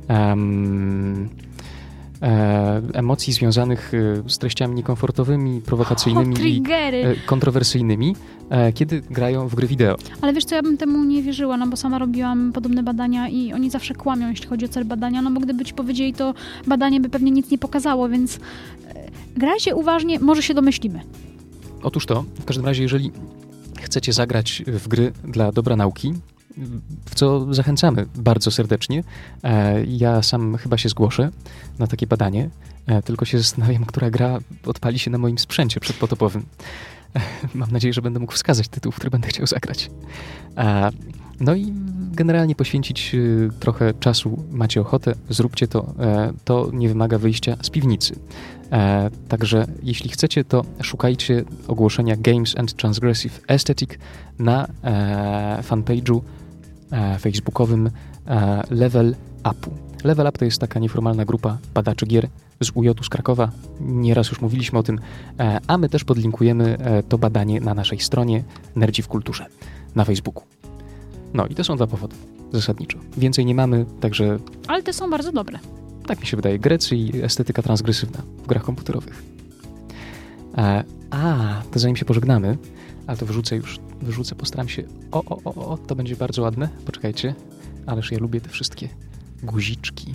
A: emocji związanych z treściami niekomfortowymi, prowokacyjnymi i kontrowersyjnymi, kiedy grają w gry wideo.
B: Ale wiesz co, ja bym temu nie wierzyła, no bo sama robiłam podobne badania i oni zawsze kłamią, jeśli chodzi o cel badania, no bo gdyby ci powiedzieli, to badanie by pewnie nic nie pokazało, więc grajcie uważnie, może się domyślimy.
A: Otóż to, w każdym razie, jeżeli chcecie zagrać w gry dla dobra nauki, w co zachęcamy bardzo serdecznie. Ja sam chyba się zgłoszę na takie badanie, tylko się zastanawiam, która gra odpali się na moim sprzęcie przedpotopowym. Mam nadzieję, że będę mógł wskazać tytuł, w który będę chciał zagrać. No i generalnie poświęcić trochę czasu macie ochotę, zróbcie to. To nie wymaga wyjścia z piwnicy. Także jeśli chcecie, to szukajcie ogłoszenia Games and Transgressive Aesthetic na fanpage'u facebookowym Level Upu. Level Up to jest taka nieformalna grupa badaczy gier z UJ-u z Krakowa. Nieraz już mówiliśmy o tym, a my też podlinkujemy to badanie na naszej stronie Nerdzi w Kulturze na Facebooku. No i to są 2 powody zasadniczo. Więcej nie mamy, także...
B: Ale te są bardzo dobre.
A: Tak mi się wydaje. Grecy i estetyka transgresywna w grach komputerowych. To zanim się pożegnamy, ale to wyrzucę, postaram się... O, to będzie bardzo ładne. Poczekajcie. Ależ ja lubię te wszystkie guziczki.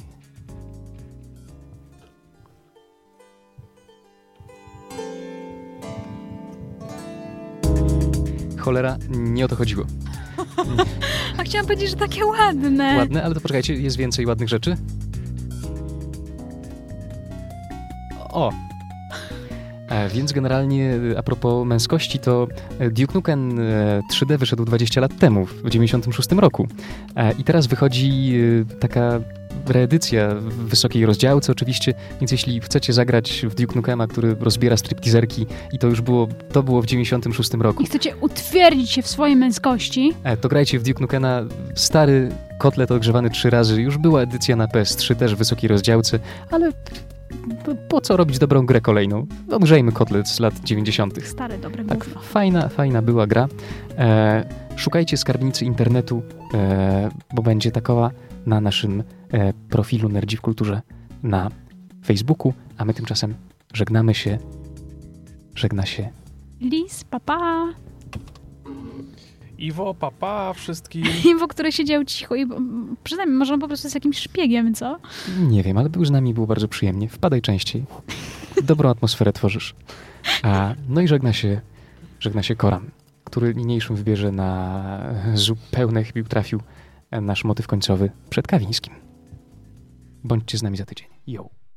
A: Cholera, nie o to chodziło.
B: A chciałam powiedzieć, że takie ładne.
A: Ładne, ale to poczekajcie, jest więcej ładnych rzeczy. Więc generalnie a propos męskości, to Duke Nukem 3D wyszedł 20 lat temu, w 96 roku. I teraz wychodzi taka reedycja w wysokiej rozdziałce oczywiście, więc jeśli chcecie zagrać w Duke Nukema, który rozbiera stripteaserki i to było w 96 roku.
B: I chcecie utwierdzić się w swojej męskości,
A: To grajcie w Duke Nukema. Stary kotlet ogrzewany 3 razy. Już była edycja na PS3 też w wysokiej rozdziałce, ale po co robić dobrą grę kolejną? Ogrzejmy kotlet z lat 90.
B: stare, dobre
A: Tak,
B: gówno.
A: fajna była gra. Szukajcie skarbnicy internetu, bo będzie takowa na naszym profilu Nerdzi w Kulturze na Facebooku, a my tymczasem żegnamy się. Żegna się
B: Lis, papa.
C: Iwo, papa, wszystkim.
B: Iwo, który siedział cicho i przynajmniej może on po prostu jest jakimś szpiegiem, co?
A: Nie wiem, ale był z nami, było bardzo przyjemnie. Wpadaj częściej. Dobrą atmosferę tworzysz. No i żegna się Koran, który niniejszym wybierze na zupełne chybił trafił nasz motyw końcowy przed Kawińskim. Bądźcie z nami za tydzień. Yo!